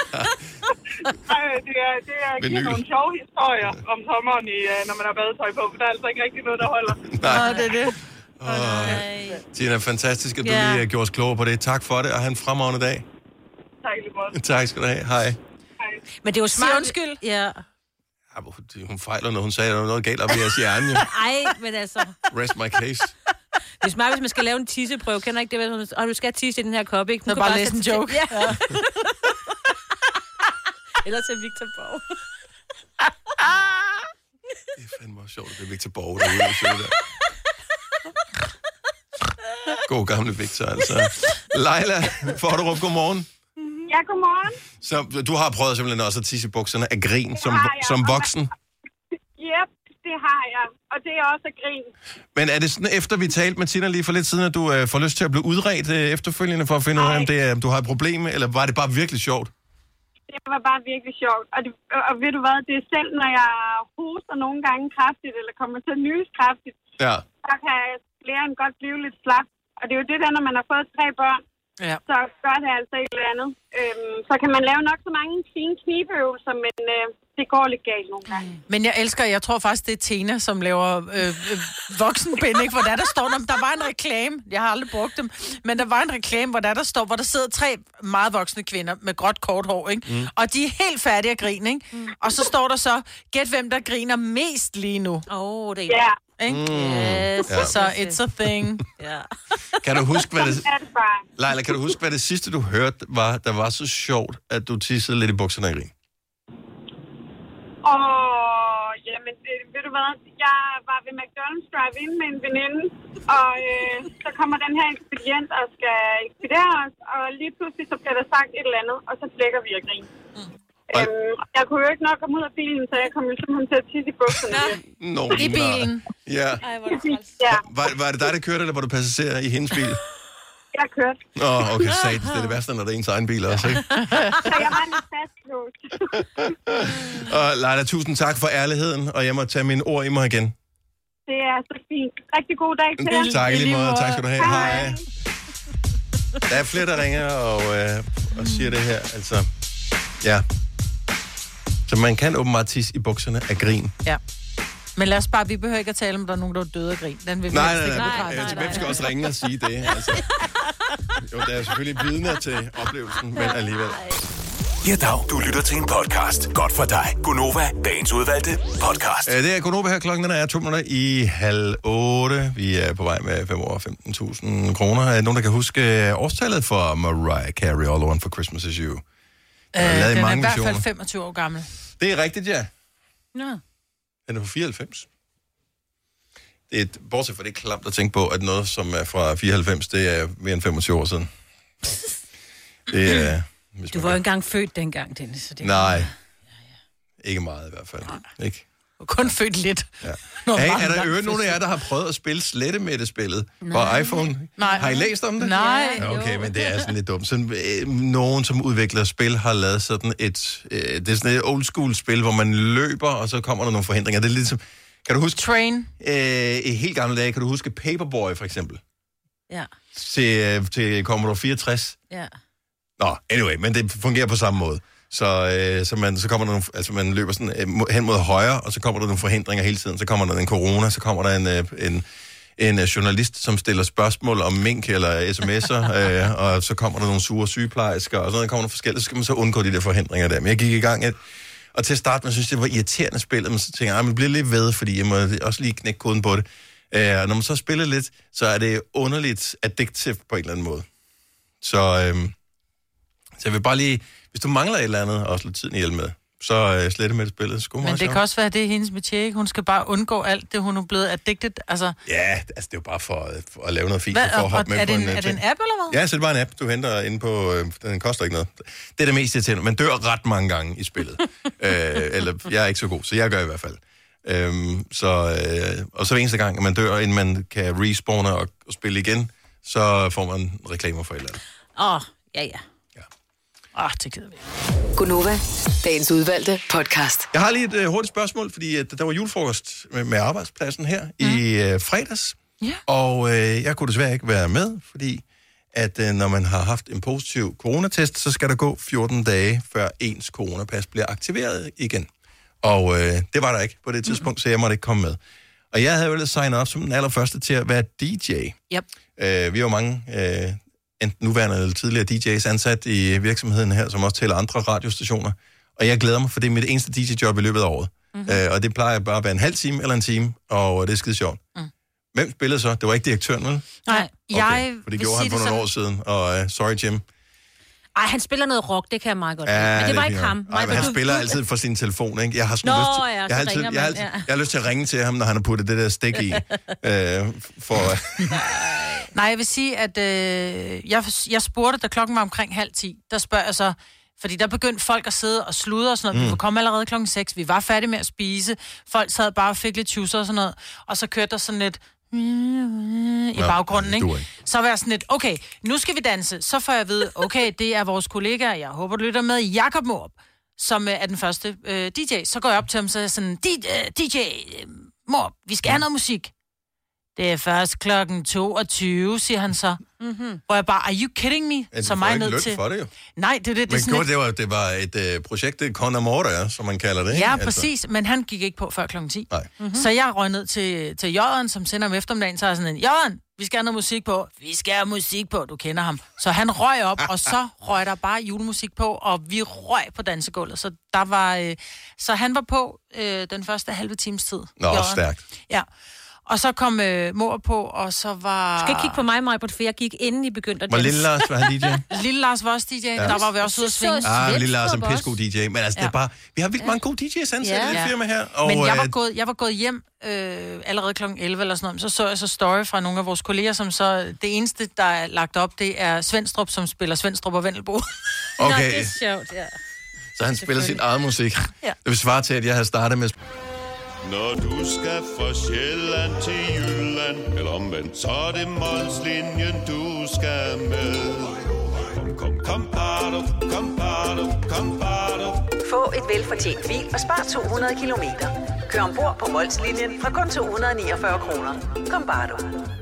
Det er giver nogle sjove historier om sommeren, når man har badetøj på, for der er altså ikke rigtig noget, der holder. Nej, det er det. Tina, fantastisk, at du lige gjorde os klogere på det. Tak for det, og have en fremragende dag. Tak lige meget. Tak skal du have. Hej. Men det er jo smart. Undskyld. Ja. Hun fejler noget. Hun sagde, at der var noget galt op i jeres hjerne. Ej, men altså... Rest my case. Det er smart, hvis man skal lave en tisseprøve. Kender ikke det? Og du skal tisse i den her kop, ikke? Så bare læse en joke. Ja. Eller til Victor Borge. Det er fandme også sjovt, at det er Victor Borge, der er ude der. God gamle Victor, altså. Leila, Forderup, godmorgen. Ja, godmorgen. Så du har prøvet simpelthen også at tisse i bukserne af grin som voksen? Yep, det har jeg. Og det er også af grin. Men er det sådan, efter vi talte med Tina lige for lidt siden, at du får lyst til at blive udredt efterfølgende for at finde ud af, om du har et problem, eller var det bare virkelig sjovt? Det var bare virkelig sjovt. Og ved du hvad, det er selv, når jeg hoster nogle gange kraftigt, eller kommer til at nyse kraftigt, så kan læren godt blive lidt slap. Og det er jo det der, når man har fået 3 børn, så gør det altså et eller andet. Så kan man lave nok så mange fine knibeøvelser, men det går lidt galt nogle gange. Men jeg tror faktisk, det er Tina, som laver voksenbind, ikke? Hvor der står, der var en reklame, jeg har aldrig brugt dem, men der var en reklame, hvor der står, hvor der sidder 3 meget voksne kvinder med gråt kort hår, ikke? Og de er helt færdige at grine, ikke? Og så står der så, gæt hvem der griner mest lige nu. Det er Yes. Så it's a thing. Kan du huske, Leila, kan du huske, hvad det sidste, du hørte, der var så sjovt, at du tissede lidt i bukserne af grin? Jamen, ved du hvad? Jeg var ved McDonald's drive-in med en veninde, og så kommer den her ekspedient og skal ekspedere os, og lige pludselig så bliver der sagt et eller andet, og så flækker vi af grin. Jeg kunne jo ikke nok komme ud af bilen, så jeg kom jo simpelthen til at tisse i bukserne. I bilen? Ja. Ja. Var det dig, der kørte, eller var du passager i hendes bil? Jeg kørte. Okay, satans. Det er det værste, når det er ens egen bil også, ikke? Så jeg var lidt fastlåst. Og Leila, tusind tak for ærligheden, og jeg må tage mine ord i mig igen. Det er så fint. Rigtig god dag til jer. Tak i lige måde. Tak skal du have. Hej. Der er flere, der ringer og siger det her. Altså, ja. Så man kan åbenbart tisse i bukserne af grin. Ja. Men lad os bare, vi behøver ikke at tale om, der er nogen, der er døde af grin. Den vil vi nej. Hvem skal også ringe og sige det? Altså. Jo, der er selvfølgelig vidner til oplevelsen, men alligevel. Ja, dag. Du lytter til en podcast. Godt for dig. Gunova, dagens udvalgte podcast. Det er Gunova her. Klokken er 7:07. Vi er på vej med 515.000 kroner. Er nogen, der kan huske årstallet for Mariah Carey, All I Want for Christmas Is You? Den er i hvert fald 25 år gammel. Det er rigtigt, ja. Ja. Den er på 94. Det er bortset fra det klamt at tænke på, at noget, som er fra 94, det er mere end 25 år siden. Det er... Du var jo engang født dengang, Dennis. Så det nej. Ikke meget i hvert fald. Ikke? Kun født lidt. Ja. Hey, er der nogen af jer, der har prøvet at spille slettemætte-spillet på iPhone? Nej. Har I læst om det? Nej. Okay, men det er sådan lidt dumt. Så, nogen, som udvikler spil, har lavet sådan det er sådan et old school spil, hvor man løber, og så kommer der nogle forhindringer. Det er lidt som... Kan du huske... Train. I helt gamle dage, kan du huske Paperboy, for eksempel? Ja. Til Commodore 64? Ja. Nå, anyway, men det fungerer på samme måde. Så kommer der nogle, altså man løber sådan hen mod højre, og så kommer der nogle forhindringer hele tiden. Så kommer der en corona, så kommer der en journalist, som stiller spørgsmål om mink eller sms'er, og så kommer der nogle sure sygeplejersker, og sådan der kommer nogle forskellige, så skal man så undgå de der forhindringer der. Men jeg gik i gang, og til at starte, man synes, det var irriterende spillet, men så tænker jeg, man bliver lidt ved, fordi jeg må også lige knække koden på det. Og når man så spiller lidt, så er det underligt addictive på en eller anden måde. Så jeg vil bare lige... Hvis du mangler et eller andet, og også lidt tiden ihjel med, så slette med det spillet. Men det kan også være, det er hendes metier, ikke? Hun skal bare undgå alt det, hun er blevet addicted. Altså... Ja, altså det er jo bare for at lave noget fint. For at hoppe med er på det en app, eller hvad? Ja, så det er bare en app, du henter inde på... Den koster ikke noget. Det er det mest irriterende. Man dør ret mange gange i spillet. Eller jeg er ikke så god, så jeg gør i hvert fald. Og så eneste gang, at man dør, inden man kan respawne og spille igen, så får man reklamer for et eller andet. Ja. Det gider vi. Gunova, dagens udvalgte podcast. Jeg har lige et hurtigt spørgsmål, fordi der var julefrokost med arbejdspladsen her i fredags. Ja. Og jeg kunne desværre ikke være med, fordi at når man har haft en positiv coronatest, så skal der gå 14 dage, før ens coronapas bliver aktiveret igen. Og det var der ikke på det tidspunkt, så jeg måtte ikke komme med. Og jeg havde jo ellers signet op som den allerførste til at være DJ. Yep. Vi var mange... enten nuværende eller tidligere DJ's ansat i virksomheden her, som også tæller andre radiostationer. Og jeg glæder mig, for det er mit eneste DJ-job i løbet af året. Mm-hmm. Og det plejer bare at være en halv time eller en time, og det er skide sjovt. Mm. Hvem spillede så? Det var ikke direktøren, vel? Nej, okay. For det gjorde han for nogle år siden, og sorry Jim. Ej, han spiller noget rock, det kan jeg meget godt lide. Men det var ikke ham. Nej, men han spiller altid for sin telefon, ikke? Jeg har sådan jeg har lyst til at ringe til ham, når han har puttet det der stik i. Nej, jeg vil sige, at jeg spurgte, da klokken var omkring 9:30, der spørger jeg så, fordi der begyndte folk at sidde og sludre og sådan noget. Vi var kommet allerede klokken 6, vi var færdige med at spise, folk sad bare og fik lidt juicer og sådan noget, og så kørte der sådan lidt i baggrunden, ikke? Så var jeg sådan lidt, okay, nu skal vi danse. Så får jeg at vide, okay, det er vores kollega, jeg håber, du lytter med, Jakob Måb, som er den første DJ. Så går jeg op til ham, så er jeg sådan, DJ Måb, vi skal have noget musik. Det er først klokken 22, siger han så. Mm-hmm. Hvor jeg bare, are you kidding me? Så mig ned til... for det jo. Nej, det er sådan det var et projekt, Con Amore, som man kalder det, ikke? Ja, præcis, men han gik ikke på før klokken 10. Nej. Mm-hmm. Så jeg røg ned til Jørgen, som sender om eftermiddagen, så er sådan en, Jørgen, vi skal have noget musik på. Vi skal have musik på, du kender ham. Så han røg op, og så røg der bare julemusik på, og vi røg på dansegulvet. Så der var... så han var på den første halve times tid. Nå, Jørgen. Stærkt. Ja. Og så kom mor på, og så var... Du skal ikke kigge på mig, for jeg gik inden I begyndte at danse. Var Lille Lars, var han DJ? Lille Lars var også DJ. Ja. Der var vi også ude at svinge. Lille Lars er en pissegod DJ. Men altså, det er bare... Vi har vildt mange gode DJ's ansat i det firma her. Og, men jeg var gået hjem allerede kl. 11 eller sådan noget. Så jeg så story fra nogle af vores kolleger, som så... Det eneste, der er lagt op, det er Svendstrup, som spiller Svendstrup og Vendelbo. Okay. Nå, det er sjovt, ja. Så han spiller sin eget musik. Ja. Det vil svare til, at jeg havde startet med... Når du skal fra Sjælland til Jylland, eller omvendt, så er det Molslinjen, du skal med. Kom, bado, kom, bado. Få et velfortjent bil og spar 200 kilometer. Kør ombord på Molslinjen fra kun 249 kroner. Kom, bado.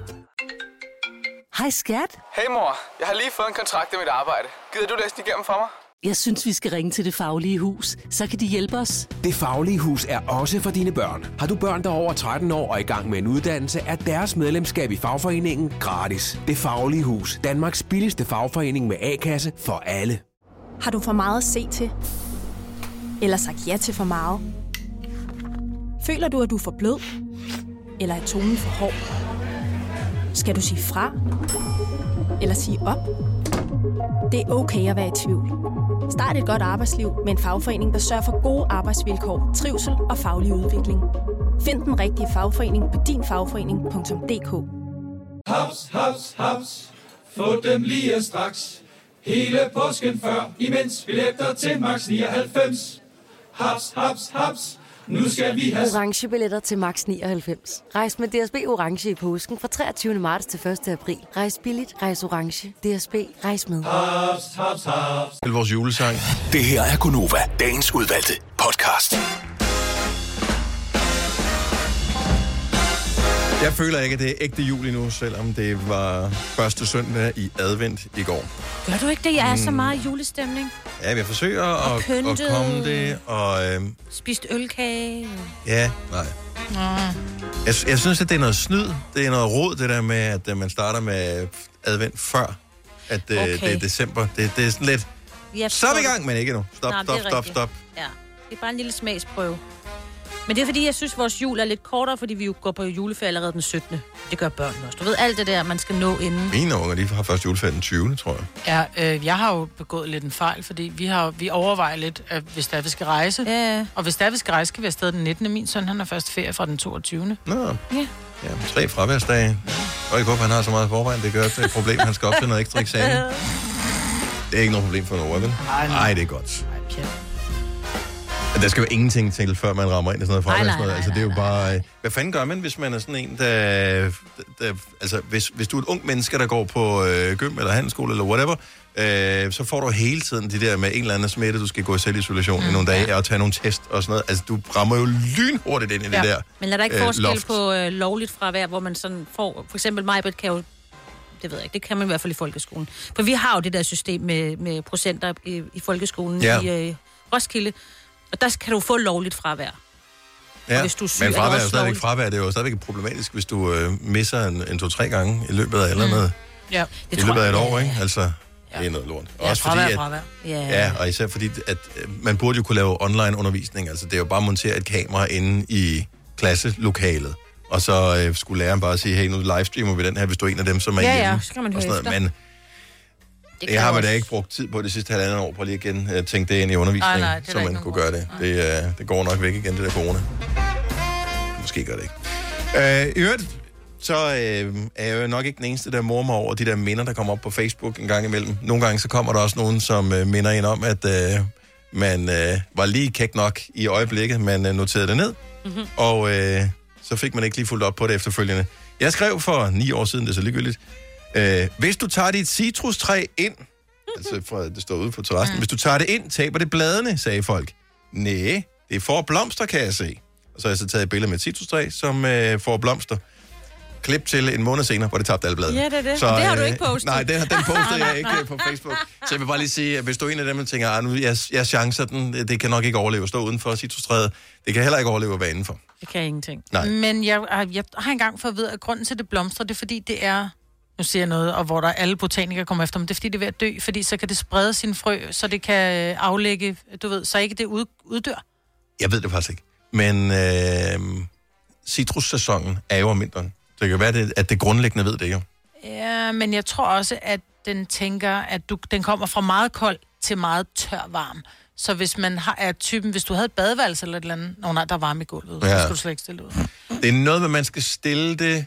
Hej skat. Hey mor, jeg har lige fået en kontrakt i mit arbejde. Gider du læse den igennem for mig? Jeg synes, vi skal ringe til Det Faglige Hus. Så kan de hjælpe os. Det Faglige Hus er også for dine børn. Har du børn, der er over 13 år og i gang med en uddannelse, er deres medlemskab i fagforeningen gratis. Det Faglige Hus. Danmarks billigste fagforening med A-kasse for alle. Har du for meget at se til? Eller sagt ja til for meget? Føler du, at du er for blød? Eller er tonen for hård? Skal du sige fra? Eller sige op? Det er okay at være i tvivl. Start et godt arbejdsliv med en fagforening, der sørger for gode arbejdsvilkår, trivsel og faglig udvikling. Find den rigtige fagforening på dinfagforening.dk. Haps, haps, haps. Få dem lige straks. Hele påsken før, imens billetter til max 99. Haps, haps, haps. Nu skal vi have... Orange billetter til max 99. Rejs med DSB Orange i påsken fra 23. marts til 1. april. Rejs billigt, rejs orange. DSB, rejs med. Haps, haps, haps. Til vores julesang. Det her er Gunova, dagens udvalgte podcast. Jeg føler ikke, at det er ægte jul endnu, selvom det var første søndag i advent i går. Gør du ikke det? Jeg er så meget julestemning. Ja, jeg forsøger at komme det, og... Spist ølkage. Ja, nej. Jeg synes, at det er noget snyd. Det er noget rod, det der med, at man starter med advent før, at det er december. Det er sådan lidt... Så er vi i gang, men ikke endnu. Stop. Ja, det er bare en lille smagsprøve. Men det er fordi, jeg synes, at vores jul er lidt kortere, fordi vi jo går på juleferie allerede den 17. Det gør børn også. Du ved, alt det der, man skal nå inden. Mine unger, de har først juleferie den 20. tror jeg. Ja, jeg har jo begået lidt en fejl, fordi vi overvejer lidt, at hvis der vi skal rejse. Ja. Og hvis der vi skal rejse, skal vi afsted den 19. Min søn, han er først ferie fra den 22. Nå. Ja. Ja, 3 fraværsdage. Og ikke håber, han har så meget forvejen. Det gør det et problem, han skal op til noget ekstra eksamen. Det er ikke noget problem for Nora, vel? Nej, det er godt. Der skal jo ingenting til, før man rammer ind i sådan noget fraværs. Altså, det er jo bare... Hvad fanden gør man, hvis man er sådan en, der altså, hvis du er et ung menneske, der går på gym eller handelsskole eller whatever, så får du hele tiden de der med en eller anden smitte, du skal gå i selvisolation i nogle dage og tage nogle test og sådan noget. Altså, du rammer jo lynhurtigt ind i det der Men er der ikke forskel på lovligt fravær, hvor man sådan får... For eksempel Majbrit kan jo... Det ved jeg ikke. Det kan man i hvert fald i folkeskolen. For vi har jo det der system med procenter i folkeskolen i Roskilde. Og der kan du få lovligt fravær. Ja, hvis du er syg, men fravær er jo stadigvæk fravær. Det er jo stadigvæk problematisk, hvis du misser en 2-3 gange i løbet af eller andet. Ja, i løbet af et år, ikke? Altså, det er noget lort. Ja, også fravær. Ja, og især fordi, at man burde jo kunne lave online undervisning. Altså, det er jo bare at montere et kamera inde i klasselokalet. Og så skulle læreren bare sige, hey, nu livestreamer vi den her, hvis du er en af dem, som er hjemme. Ja, så kan man høre efter. Men jeg har da ikke brugt tid på det sidste 1,5 år, på lige igen tænke det ind i undervisningen, så man kunne gøre det. Det går nok væk igen, det der corona. Måske gør det ikke. I øvrigt, så er jeg jo nok ikke den eneste, der mormer over de der minder, der kommer op på Facebook en gang imellem. Nogle gange så kommer der også nogen, som minder en om, at man var lige kæk nok i øjeblikket, man noterede det ned, og så fik man ikke lige fulgt op på det efterfølgende. Jeg skrev for 9 år siden, det er så ligegyldigt, hvis du tager dit citrustræ ind, altså fra, det står ude på terrassen, hvis du tager det ind, taber det bladene, sagde folk. Næh, det får blomster, kan jeg se. Og så har jeg så taget et billede med et citrustræ, som får blomster. Klip til en måned senere, hvor det tabte alle bladene. Ja, det er det. Så, det har du ikke postet. Nej, den postede jeg ikke på Facebook. Så jeg vil bare lige sige, at hvis du er en af dem, der tænker, nu jeg chancer den, det kan nok ikke overleve at stå uden for citrustræet. Det kan heller ikke overleve at være indenfor. Det kan ingenting. Nej. Men jeg har engang fået at vide, at grunden til, det blomstrer, det er fordi, det er... Nu siger jeg noget, og hvor der alle botanikere kommer efter, men det er fordi, det er ved at dø, fordi så kan det sprede sin frø, så det kan aflægge, du ved, så ikke det uddør. Jeg ved det faktisk ikke. Men citrussæsonen er jo om vinteren. Det kan være, at det grundlæggende ved det jo. Ja, men jeg tror også, at den tænker, at den kommer fra meget kold til meget tør varm. Så hvis man er typen, hvis du havde et badeværelse eller et eller andet, nej, der er varme i gulvet, så skal du slet ikke stille ud. Det er noget med, man skal stille det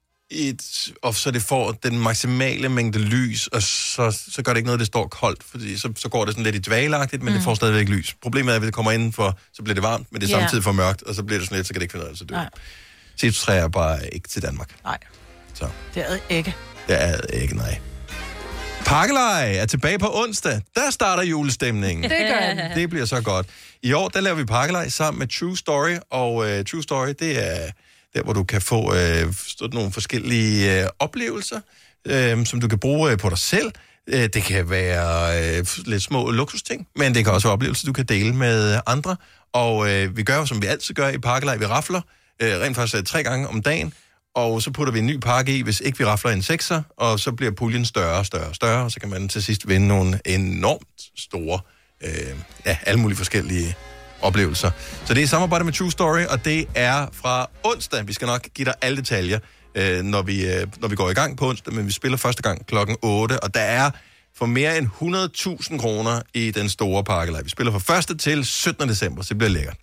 og så det får den maksimale mængde lys, og så gør det ikke noget, det står koldt, fordi så går det sådan lidt i dvagelagtigt, men det får stadigvæk lys. Problemet er, at hvis det kommer indenfor, så bliver det varmt, men det er samtidig for mørkt, og så bliver det sådan lidt, så kan det ikke finde ud af, så dør. Citrustræ er bare ikke til Danmark. Nej. Så. Det er ikke. Det er ikke, nej. Pakkelej er tilbage på onsdag. Der starter julestemningen. Det gør den. Det bliver så godt. I år, der laver vi pakkelej sammen med True Story, og True Story, det er der, hvor du kan få nogle forskellige oplevelser, som du kan bruge på dig selv. Det kan være lidt små luksusting, men det kan også være oplevelser, du kan dele med andre. Og vi gør jo, som vi altid gør i pakkelej. Vi rafler rent faktisk 3 gange om dagen, og så putter vi en ny pakke i, hvis ikke vi rafler en 6'er, og så bliver puljen større og større og større, og så kan man til sidst vinde nogle enormt store, alle mulige forskellige oplevelser. Så det er i samarbejde med True Story, og det er fra onsdag. Vi skal nok give dig alle detaljer, når vi går i gang på onsdag, men vi spiller første gang klokken 8, og der er for mere end 100.000 kroner i den store pakkelej. Vi spiller fra 1. til 17. december, så det bliver lækkert.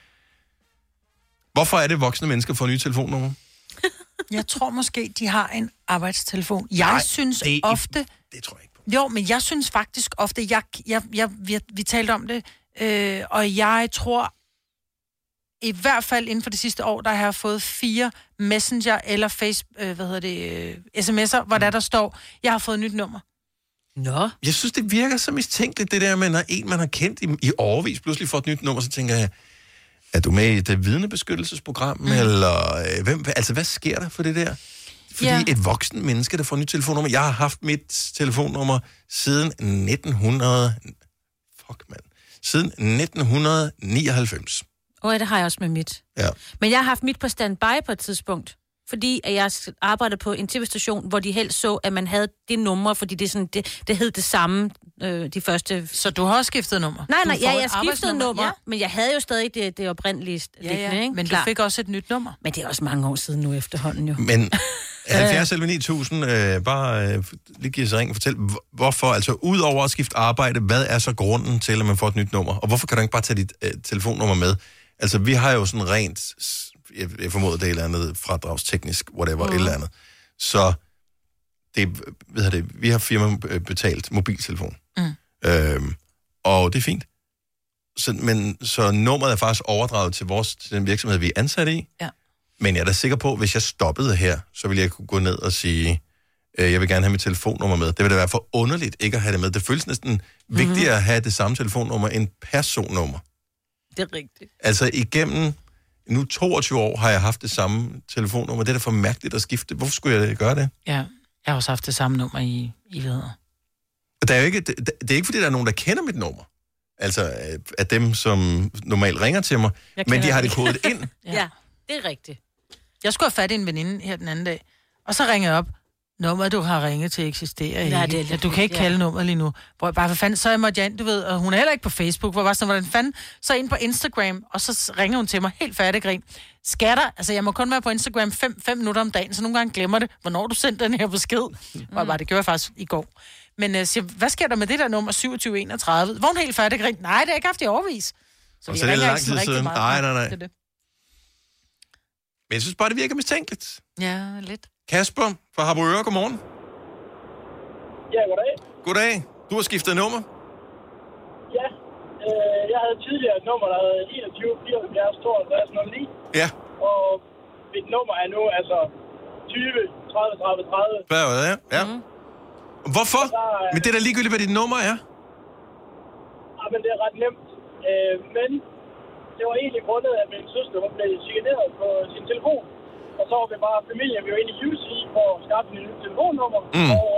Hvorfor er det voksne mennesker får nye telefonnummer? Jeg tror måske, de har en arbejdstelefon. Jeg synes ofte... Det tror jeg ikke på. Jo, men jeg synes faktisk ofte... Vi talte om det, og jeg tror... I hvert fald inden for det sidste år, der har jeg fået 4 Messenger eller sms'er, hvor der står, jeg har fået et nyt nummer. Nå. Jeg synes, det virker så mistænkeligt, det der med, når en, man har kendt i årevis, pludselig får et nyt nummer, så tænker jeg, er du med i det vidnebeskyttelsesprogram, eller hvad sker der for det der? Fordi et voksen menneske, der får et nyt telefonnummer, jeg har haft mit telefonnummer siden 1999. Det har jeg også med mit. Ja. Men jeg har haft mit på standby på et tidspunkt, fordi at jeg arbejdede på en tv-station, hvor de helst så, at man havde det nummer, fordi det, sådan, det hed det samme de første... Så du har også skiftet nummer? Nej, jeg skiftede nummer, men jeg havde jo stadig det oprindelige liggende, ikke? Men du fik også et nyt nummer. Men det er også mange år siden nu efterhånden, jo. Men 70 eller 9000, bare lige give sig ring og fortæl, hvorfor, altså udover at skifte arbejde, hvad er så grunden til, at man får et nyt nummer? Og hvorfor kan du ikke bare tage dit telefonnummer med? Altså, vi har jo sådan rent, jeg formoder det er et eller andet fradragsteknisk, whatever, et eller andet. Så vi har firma betalt mobiltelefon. Og det er fint. Så nummeret er faktisk overdraget til den virksomhed, vi er ansat i. Ja. Men jeg er da sikker på, at hvis jeg stoppede her, så ville jeg kunne gå ned og sige, jeg vil gerne have mit telefonnummer med. Det vil da være for underligt ikke at have det med. Det føles næsten vigtigere at have det samme telefonnummer end personnummer. Det er rigtigt. Altså igennem nu 22 år har jeg haft det samme telefonnummer. Det er da for mærkeligt at skifte. Hvorfor skulle jeg gøre det? Ja, jeg har også haft det samme nummer i evigheder. Det er ikke, fordi der er nogen, der kender mit nummer. Altså af dem, som normalt ringer til mig. Men de har det kodet ind. Ja, det er rigtigt. Jeg skulle have fat i en veninde her den anden dag, og så ringede jeg op. Nummeret, du har ringet til, eksisterer ikke. Ja, du kan ikke kalde nummeret lige nu. Hvor bare, hvad fanden, så måtte jeg ind, du ved, og hun er heller ikke på Facebook, hvor var sådan, hvordan fanden, så ind på Instagram, og så ringer hun til mig, helt færdiggrin. Skatter, altså jeg må kun være på Instagram 5 minutter om dagen, så nogle gange glemmer det, hvornår du sendte den her besked. Hvor bare, det gjorde jeg faktisk i går. Men siger, hvad sker der med det der nummer 2731? Hvor hun helt færdiggrin? Nej, det har jeg ikke haft i årevis. Så det er lang tid siden. Nej. Men jeg synes bare, det virker mistænkeligt. Ja, lidt. Kasper fra Harboøre, godmorgen. Ja, goddag. Goddag. Du har skiftet nummer? Ja, jeg havde tidligere et nummer, der hed 21 74 52 09. Ja. Og mit nummer er nu altså 20 30 30 30. Hvad er det? Ja. Hvorfor? Men det er da ligegyldigt, hvad dit nummer er. Ja, men det er ret nemt. Men det var egentlig grundet, at min søster blev chikaneret på sin telefon. Og så var vi bare familien, vi var inde i UC for at skaffe en nyt telefonnummer. Og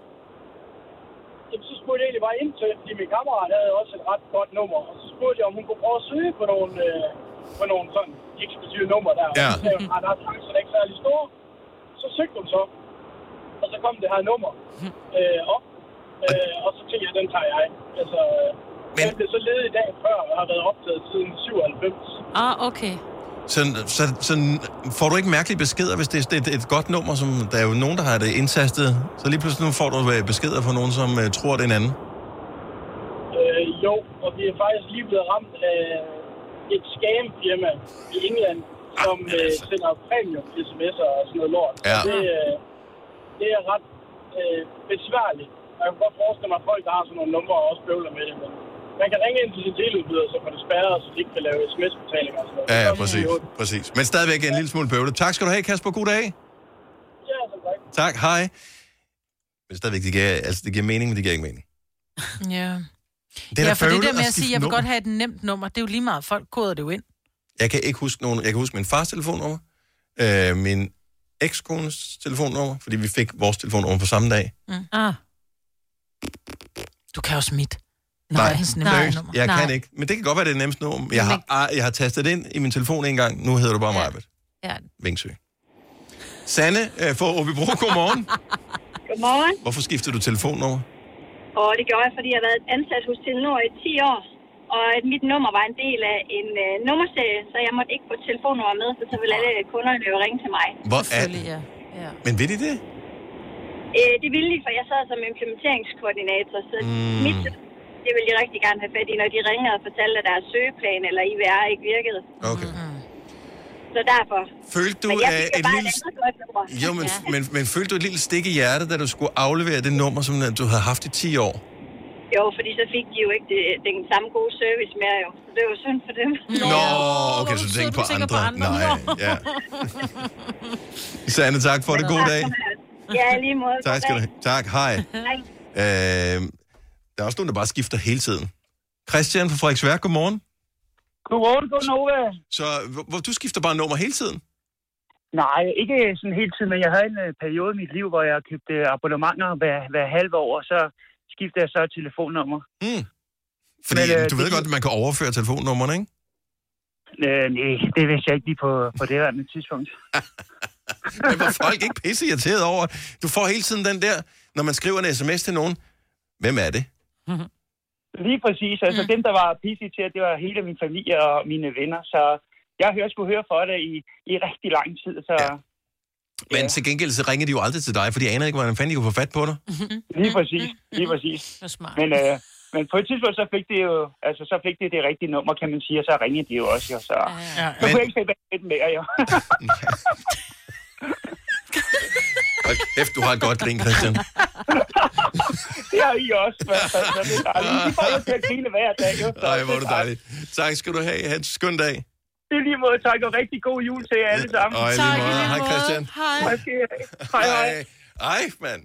så spurgte jeg egentlig bare ind til, fordi min kammerat havde også et ret godt nummer. Og så spurgte jeg, om hun kunne prøve at søge på nogle sådan eksklusive nummer der. Ja. Og så sagde hun, at der er chancen ikke særlig store. Så søgte hun så. Og så kom det her nummer op. Og så tænkte jeg, den tager jeg. Altså, jeg blev så ledig i dag før, og har været optaget siden 97. Okay. Så får du ikke mærkelige beskeder, hvis det er et godt nummer, som der er jo nogen, der har det indtastet. Så lige pludselig får du beskeder fra nogen, som tror, det er en anden. Jo, og vi er faktisk lige blevet ramt af et scam-firma i England, som sender premium-sms'er og sådan noget lort. Ja. Det er ret besværligt. Jeg kan godt forestille mig, at folk, der har sådan nogle numre, også bøvler med det. Men man kan ringe ind til sin teleudbyder, så får det spærret, så de ikke kan lave sms-betalinger og sådan noget. Ja, præcis. Men stadigvæk en lille smule bøvlet. Tak skal du have, Kasper. God dag. Ja, så tak. Tak, hej. Men stadigvæk, det giver mening, men det giver ikke mening. Ja. For det der med at sige, jeg vil godt have et nemt nummer, det er jo lige meget, folk koder det jo ind. Jeg kan ikke huske nogen. Jeg kan huske min fars telefonnummer, min ekskones telefonnummer, fordi vi fik vores telefonnummer på samme dag. Du kan også mit. Nej, jeg kan ikke. Men det kan godt være, det er det nemmeste nummer. Jeg har tastet det ind i min telefon en gang. Nu hedder du bare Majbert. Ja. Vingsø. Sanne fra Åbybro, godmorgen. Godmorgen. Hvorfor skiftede du telefonnummer? Og det gjorde jeg, fordi jeg har været ansat hos Telenor i 10 år. Og mit nummer var en del af en nummerserie, så jeg måtte ikke få telefonnummer med, så ville alle kunderne jo ringe til mig. Hvor er det? Ja. Men ved de det? Det ville de, for jeg sad som implementeringskoordinator, så det ville de rigtig gerne have fat i, når de ringede og fortalte, at deres søgeplan eller IVR ikke virkede. Okay. Så derfor. Følte du et lille... Men følte du et lille stik i hjertet, da du skulle aflevere det nummer, som du havde haft i 10 år? Jo, fordi så fik de jo ikke den samme gode service mere, jo. Så det var synd for dem. Nå, okay, så du tænker på andre. Nej, ja. Sanne, tak for det. God dag. Ja, lige måde. Tak skal du have. Tak, hej. Der er også nogen, der bare skifter hele tiden. Christian fra Frederiksværk, godmorgen. Godmorgen, godnova. Så du skifter bare nummer hele tiden? Nej, ikke sådan hele tiden, men jeg havde en periode i mit liv, hvor jeg købte abonnementer hver halve år, og så skiftede jeg så telefonnummer. Fordi du ved godt, at man kan overføre telefonnummerne, ikke? Nej, det vidste jeg ikke lige på det her tidspunkt. Men var folk ikke pisse irriteret over? Du får hele tiden den der, når man skriver en sms til nogen. Hvem er det? Lige præcis. Altså dem, der var pisse til, det var hele min familie og mine venner. Så jeg skulle høre for det i rigtig lang tid. Så... Ja. Men til gengæld så ringer de jo aldrig til dig, for de aner ikke, hvordan fanden de kunne få fat på dig. Lige præcis. Men på et tidspunkt, så fik det rigtige nummer, kan man sige, og så ringede de jo også. Jo, så kunne jeg ikke se lidt mere, jo. Hold kæft, du har et godt grin, Christian. Det har I også, i hvert fald. Det er dejligt. I får jo til at grine hver dag, jo. Nej, hvor er det dejligt. Tak skal du have. Ha' en skøn dag. Det er lige måde, tak, og rigtig god jul til jer alle sammen. Og i lige måde. Hej, Christian. Hej. Ej, mand.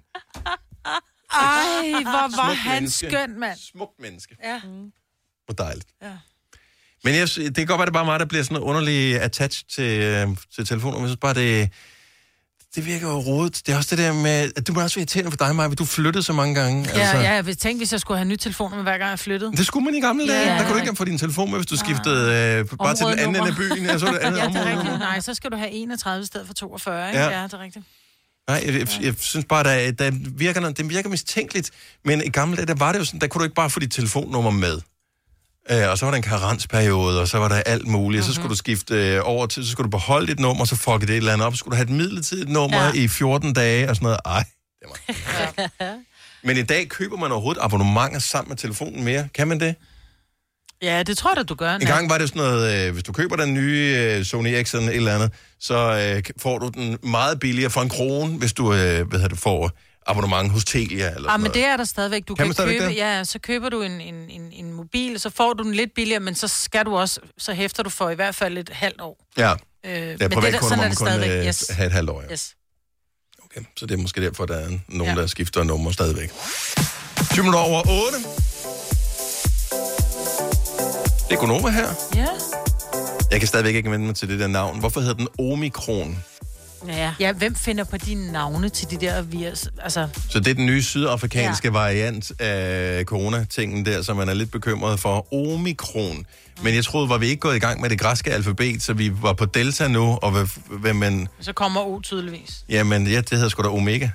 Ej, hvor var han skøn, mand. Smukt menneske. Ja. Hvor dejligt. Ja. Men det kan godt være, det er bare mig, der bliver sådan underlig attached til telefonen. Jeg synes bare, det virker jo rodet. Det er også det der med, at du må også være irriterende for dig, Maja, du flyttede så mange gange. Ja, jeg tænkte, hvis jeg skulle have en ny telefon med hver gang jeg flyttede. Det skulle man i gamle dage. Der kunne du ikke få din telefon med, hvis du skiftede bare til den anden ende af byen. Ja, så er det andet det er rigtigt. Nej, så skal du have 31 i stedet for 42, ikke? Ja, det er rigtigt. Nej, jeg synes bare, at det virker mistænkeligt. Men i gamle dage, der var det jo sådan, der kunne du ikke bare få dit telefonnummer med. Og så var der en karensperiode, og så var der alt muligt. Så skulle du skifte over til, så skulle du beholde dit nummer, så fuck det et eller andet op. Så skulle du have et midlertidigt nummer i 14 dage og sådan noget. Ej, det var... Men i dag køber man overhovedet abonnementer sammen med telefonen mere. Kan man det? Ja, det tror jeg, du gør. En gang var det sådan noget, hvis du køber den nye Sony Ericsson eller andet, så får du den meget billigere for 1 krone, hvis du får abonnement hos Telia eller men det er der stadigvæk. Du kan købe, så køber du en mobil, så får du den lidt billigere, men så skal du også, så hæfter du for i hvert fald et halvt år. Ja, privatkunder må man kun have et halvt år. Ja. Yes. Okay, så det er måske derfor, der er nogen, der skifter nummer stadigvæk. 20 minutter over 8. Det er Gunova her. Ja. Jeg kan stadigvæk ikke vende mig til det der navn. Hvorfor hedder den Omikron? Ja, hvem finder på de navne til de der virus? Altså... Så det er den nye sydafrikanske variant af corona-tingen der, som man er lidt bekymret for. Omikron. Men jeg troede, var vi ikke gået i gang med det græske alfabet, så vi var på delta nu, og hvad man... Så kommer O tydeligvis. Jamen, det hedder sgu da omega.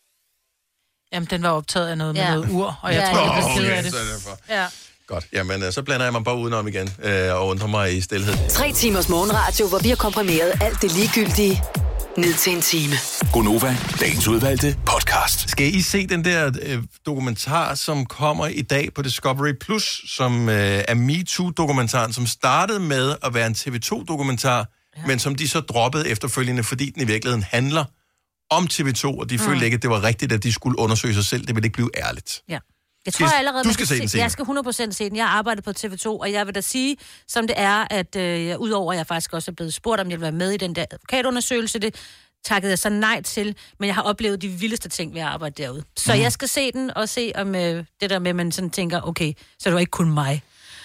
Jamen, den var optaget af noget med noget ur, og jeg tror, jeg blev ked af det. Ja. Godt. Jamen, så blander jeg mig bare udenom igen, og undrer mig i stilhed. 3 timers morgenradio, hvor vi har komprimeret alt det ligegyldige ned til en time. Gonova, dagens udvalgte podcast. Skal I se den der dokumentar, som kommer i dag på Discovery Plus, som er MeToo-dokumentaren, som startede med at være en TV2-dokumentar, men som de så droppede efterfølgende, fordi den i virkeligheden handler om TV2, og de følte ikke, at det var rigtigt, at de skulle undersøge sig selv. Det ville ikke blive ærligt. Ja. Jeg tror allerede, du skal se den. Jeg skal 100% se den. Jeg arbejder på TV2, og jeg vil da sige, som det er, at udover at jeg faktisk også er blevet spurgt, om jeg vil være med i den der advokatundersøgelse, det takkede jeg så nej til, men jeg har oplevet de vildeste ting ved at arbejde derude. Så jeg skal se den, og se om det der med, at man sådan tænker, okay, så er det ikke kun mig.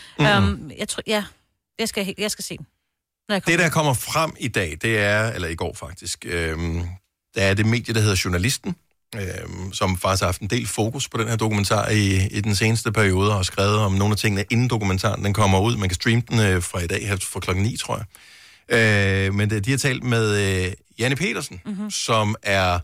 Jeg tror, jeg skal se den. Det, der kommer frem i dag, det er, eller i går faktisk, der er det medie, der hedder Journalisten, som faktisk har haft en del fokus på den her dokumentar i den seneste periode, og har skrevet om nogle af tingene, inden dokumentaren den kommer ud. Man kan streame den fra i dag, her fra klokken 9, tror jeg. Men de har talt med Janne Petersen, som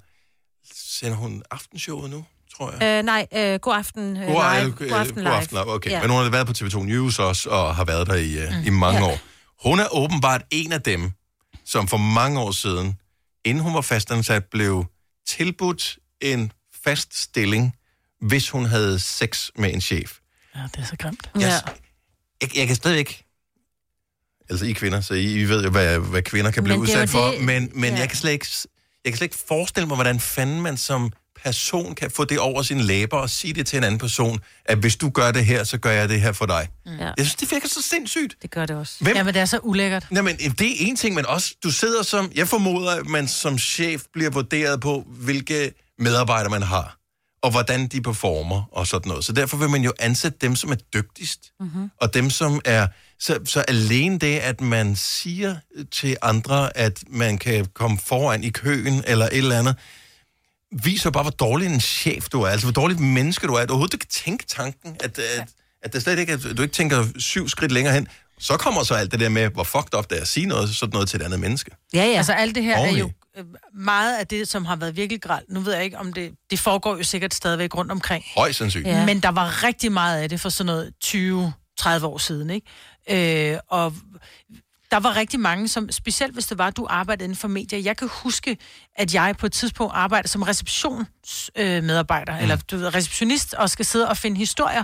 sender hun aftenshowet nu, tror jeg? Nej, God Aften Live. God Aften Live, okay. Ja. Men hun har været på TV2 News også, og har været der i mange år. Hun er åbenbart en af dem, som for mange år siden, inden hun var fastansat, blev tilbudt en fast stilling, hvis hun havde sex med en chef. Ja, det er så grimt. Jeg kan stadig ikke... Altså, I kvinder, så I ved jo, hvad kvinder kan blive udsat for, men jeg kan slet ikke forestille mig, hvordan fanden man som person kan få det over sine læber og sige det til en anden person, at hvis du gør det her, så gør jeg det her for dig. Jeg synes, det virker så sindssygt. Det gør det også. Jamen, det er så ulækkert. Jamen, det er en ting, men også, du sidder som... Jeg formoder, at man som chef bliver vurderet på, hvilke medarbejdere man har, og hvordan de performer, og sådan noget. Så derfor vil man jo ansætte dem, som er dygtigst, og dem, som er... Så alene det, at man siger til andre, at man kan komme foran i køen, eller et eller andet, viser bare, hvor dårlig en chef du er, altså hvor dårligt menneske du er, at du overhovedet ikke kan tænke tanken, at det slet ikke er, du ikke tænker 7 skridt længere hen. Så kommer så alt det der med, hvor fucked up det er at sige noget, sådan noget til et andet menneske. Ja. Altså alt det her er jo meget af det, som har været virkelig grelt. Nu ved jeg ikke, om det foregår jo sikkert stadigvæk rundt omkring. Højst sandsynligt. Ja. Men der var rigtig meget af det for sådan noget 20-30 år siden, ikke? Og der var rigtig mange, som, specielt hvis det var, at du arbejdede inden for medier. Jeg kan huske, at jeg på et tidspunkt arbejdede som receptionsmedarbejder, eller receptionist, og skal sidde og finde historier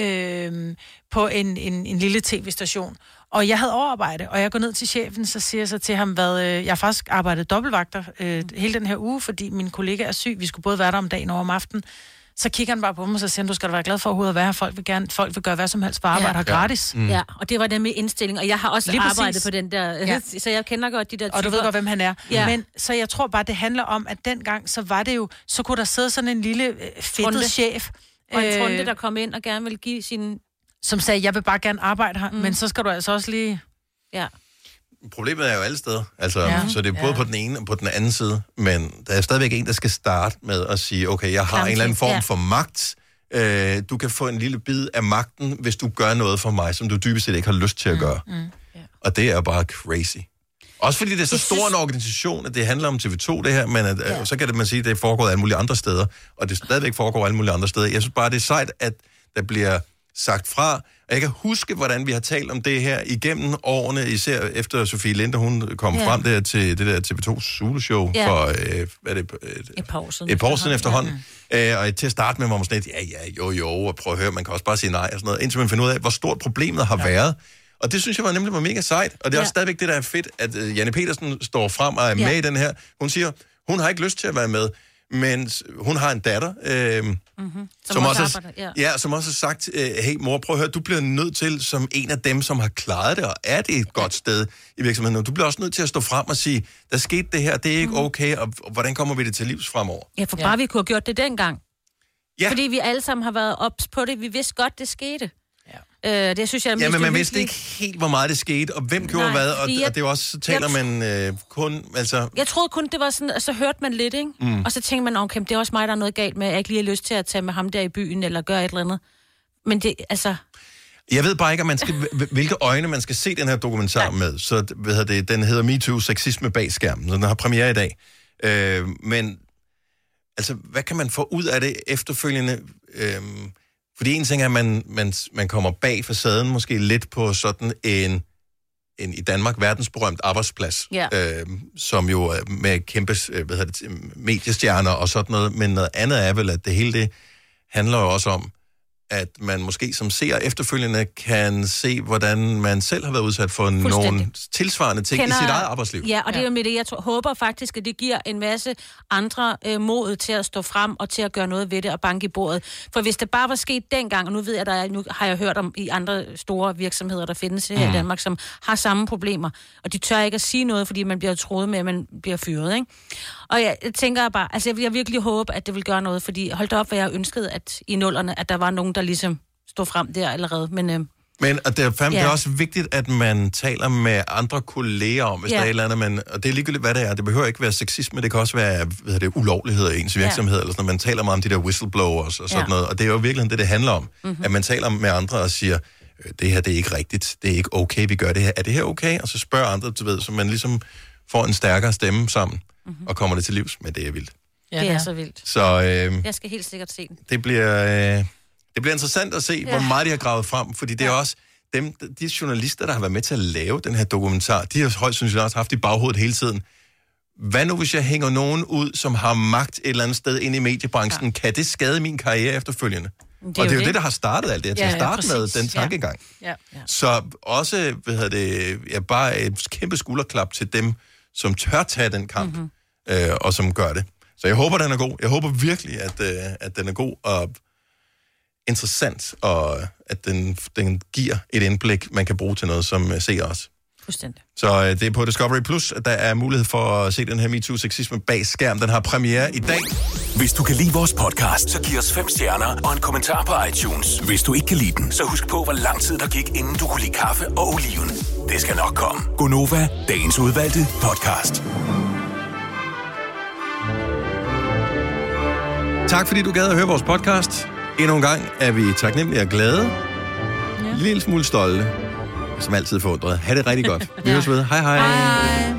på en lille tv-station. Og jeg havde overarbejde, og jeg går ned til chefen, så siger jeg så til ham, jeg har faktisk arbejdet dobbeltvagter hele den her uge, fordi min kollega er syg. Vi skulle både være der om dagen og om aftenen. Så kigger han bare på mig, og så siger han, du skal da være glad for overhovedet at være her. Folk vil gøre hvad som helst for arbejde her gratis. Ja, og det var den med indstilling, og jeg har også arbejdet på den der, så jeg kender godt de der typer. Og du ved godt, hvem han er. Ja. Men så jeg tror bare, det handler om, at dengang, så var det jo, så kunne der sidde sådan en lille fedtet chef. Og en trunde, der kom ind og gerne ville give sin... Som sagde, jeg vil bare gerne arbejde her, men så skal du altså også lige... Ja. Problemet er jo alle steder, så det er både på den ene og på den anden side, men der er stadigvæk en, der skal starte med at sige, okay, jeg har en eller anden form for magt, du kan få en lille bid af magten, hvis du gør noget for mig, som du dybest set ikke har lyst til at gøre. Og det er bare crazy. Også fordi det er så stor en organisation, at det handler om TV2 det her, men så kan man sige, at det foregår alle mulige andre steder, og det stadigvæk foregår alle mulige andre steder. Jeg synes bare, det er sejt, at der bliver sagt fra. Og jeg kan huske, hvordan vi har talt om det her igennem årene, især efter Sofie Linde, hun kom frem der til det der TV2 Zulu-show for, et par år siden, efterhånden. Og til at starte med var man sådan lidt, og prøv at høre, man kan også bare sige nej og sådan noget, indtil man finder ud af, hvor stort problemet har været. Og det synes jeg nemlig var mega sejt. Og det er også stadigvæk det, der er fedt, at Janne Petersen står frem og er med i den her. Hun siger, hun har ikke lyst til at være med, men hun har en datter, som også har sagt, hey mor, prøv at høre, du bliver nødt til, som en af dem, som har klaret det, og er det et godt sted i virksomheden, du bliver også nødt til at stå frem og sige, der skete det her, det er ikke okay, og hvordan kommer vi det til livs fremover? Ja, for bare vi kunne have gjort det dengang. Ja. Fordi vi alle sammen har været ops på det, vi vidste godt, det skete. Det synes jeg, men man vidste ikke helt, hvor meget det skete, og hvem gjorde hvad, og det er også, så taler man kun, altså... Jeg troede kun, det var sådan, og så hørte man lidt, ikke? Og så tænkte man, okay, det er også mig, der er noget galt med, at jeg ikke lige har lyst til at tage med ham der i byen, eller gøre et eller andet. Men det, altså... Jeg ved bare ikke, om man skal, hvilke øjne man skal se den her dokumentar med. Så den hedder MeToo, sexisme bag skærmen, så den har premiere i dag. Men, altså, hvad kan man få ud af det efterfølgende... Fordi en ting er, at man kommer bag facaden måske lidt på sådan en i Danmark verdensberømt arbejdsplads, som jo er med kæmpe mediestjerner og sådan noget, men noget andet er vel, at det hele det handler jo også om, at man måske som seer efterfølgende kan se, hvordan man selv har været udsat for nogle tilsvarende ting i sit eget arbejdsliv. Ja, og det er jo med det, jeg håber faktisk, at det giver en masse andre mod til at stå frem og til at gøre noget ved det og banke i bordet. For hvis det bare var sket dengang, og nu ved jeg, nu har jeg hørt om i andre store virksomheder, der findes her i Danmark, som har samme problemer, og de tør ikke at sige noget, fordi man bliver troet med, at man bliver fyret, ikke? Og jeg tænker bare, altså jeg virkelig håbe, at det vil gøre noget, fordi hold da op, hvad jeg ønskede, at i nullerne, at der var nogen, der ligesom stod frem der allerede. Men og det er også vigtigt, at man taler med andre kolleger om, hvis der er et eller andet, og det er ligegyldigt, hvad det er. Det behøver ikke være sexisme, det kan også være ulovligheder i ens virksomhed, eller sådan noget. Man taler meget om de der whistleblowers og sådan noget, og det er jo virkelig det handler om, at man taler med andre og siger, det her, det er ikke rigtigt, det er ikke okay, vi gør det her. Er det her okay? Og så spørger andre, du ved, så man ligesom får en stærkere stemme sammen, og kommer det til livs, men det er vildt. Ja, det er så vildt. Så jeg skal helt sikkert se den. Det bliver interessant at se, hvor meget de har gravet frem, fordi det er også de journalister, der har været med til at lave den her dokumentar, de har højst sandsynligt også haft i baghovedet hele tiden. Hvad nu, hvis jeg hænger nogen ud, som har magt et eller andet sted inde i mediebranchen? Ja. Kan det skade min karriere efterfølgende? Og det er jo det, der har startet alt det her. Til at starte med den tankegang. Ja. Så også, bare et kæmpe skulderklap til dem, som tør tage den kamp, og som gør det. Så jeg håber, den er god. Jeg håber virkelig, at den er god og interessant, og at den giver et indblik, man kan bruge til noget, som ser os. Fuldstændig. Så det er på Discovery Plus, at der er mulighed for at se den her MeToo sexisme bag skærm. Den har premiere i dag. Hvis du kan lide vores podcast, så giv os 5 stjerner og en kommentar på iTunes. Hvis du ikke kan lide den, så husk på, hvor lang tid der gik, inden du kunne lide kaffe og oliven. Det skal nok komme. Gonova, dagens udvalgte podcast. Tak fordi du gad at høre vores podcast. Endnu en gang er vi taknemmelige og glade. En lille smule stolte. Som altid forundret. Ha' det rigtig godt. Vi høres ved. Hej hej.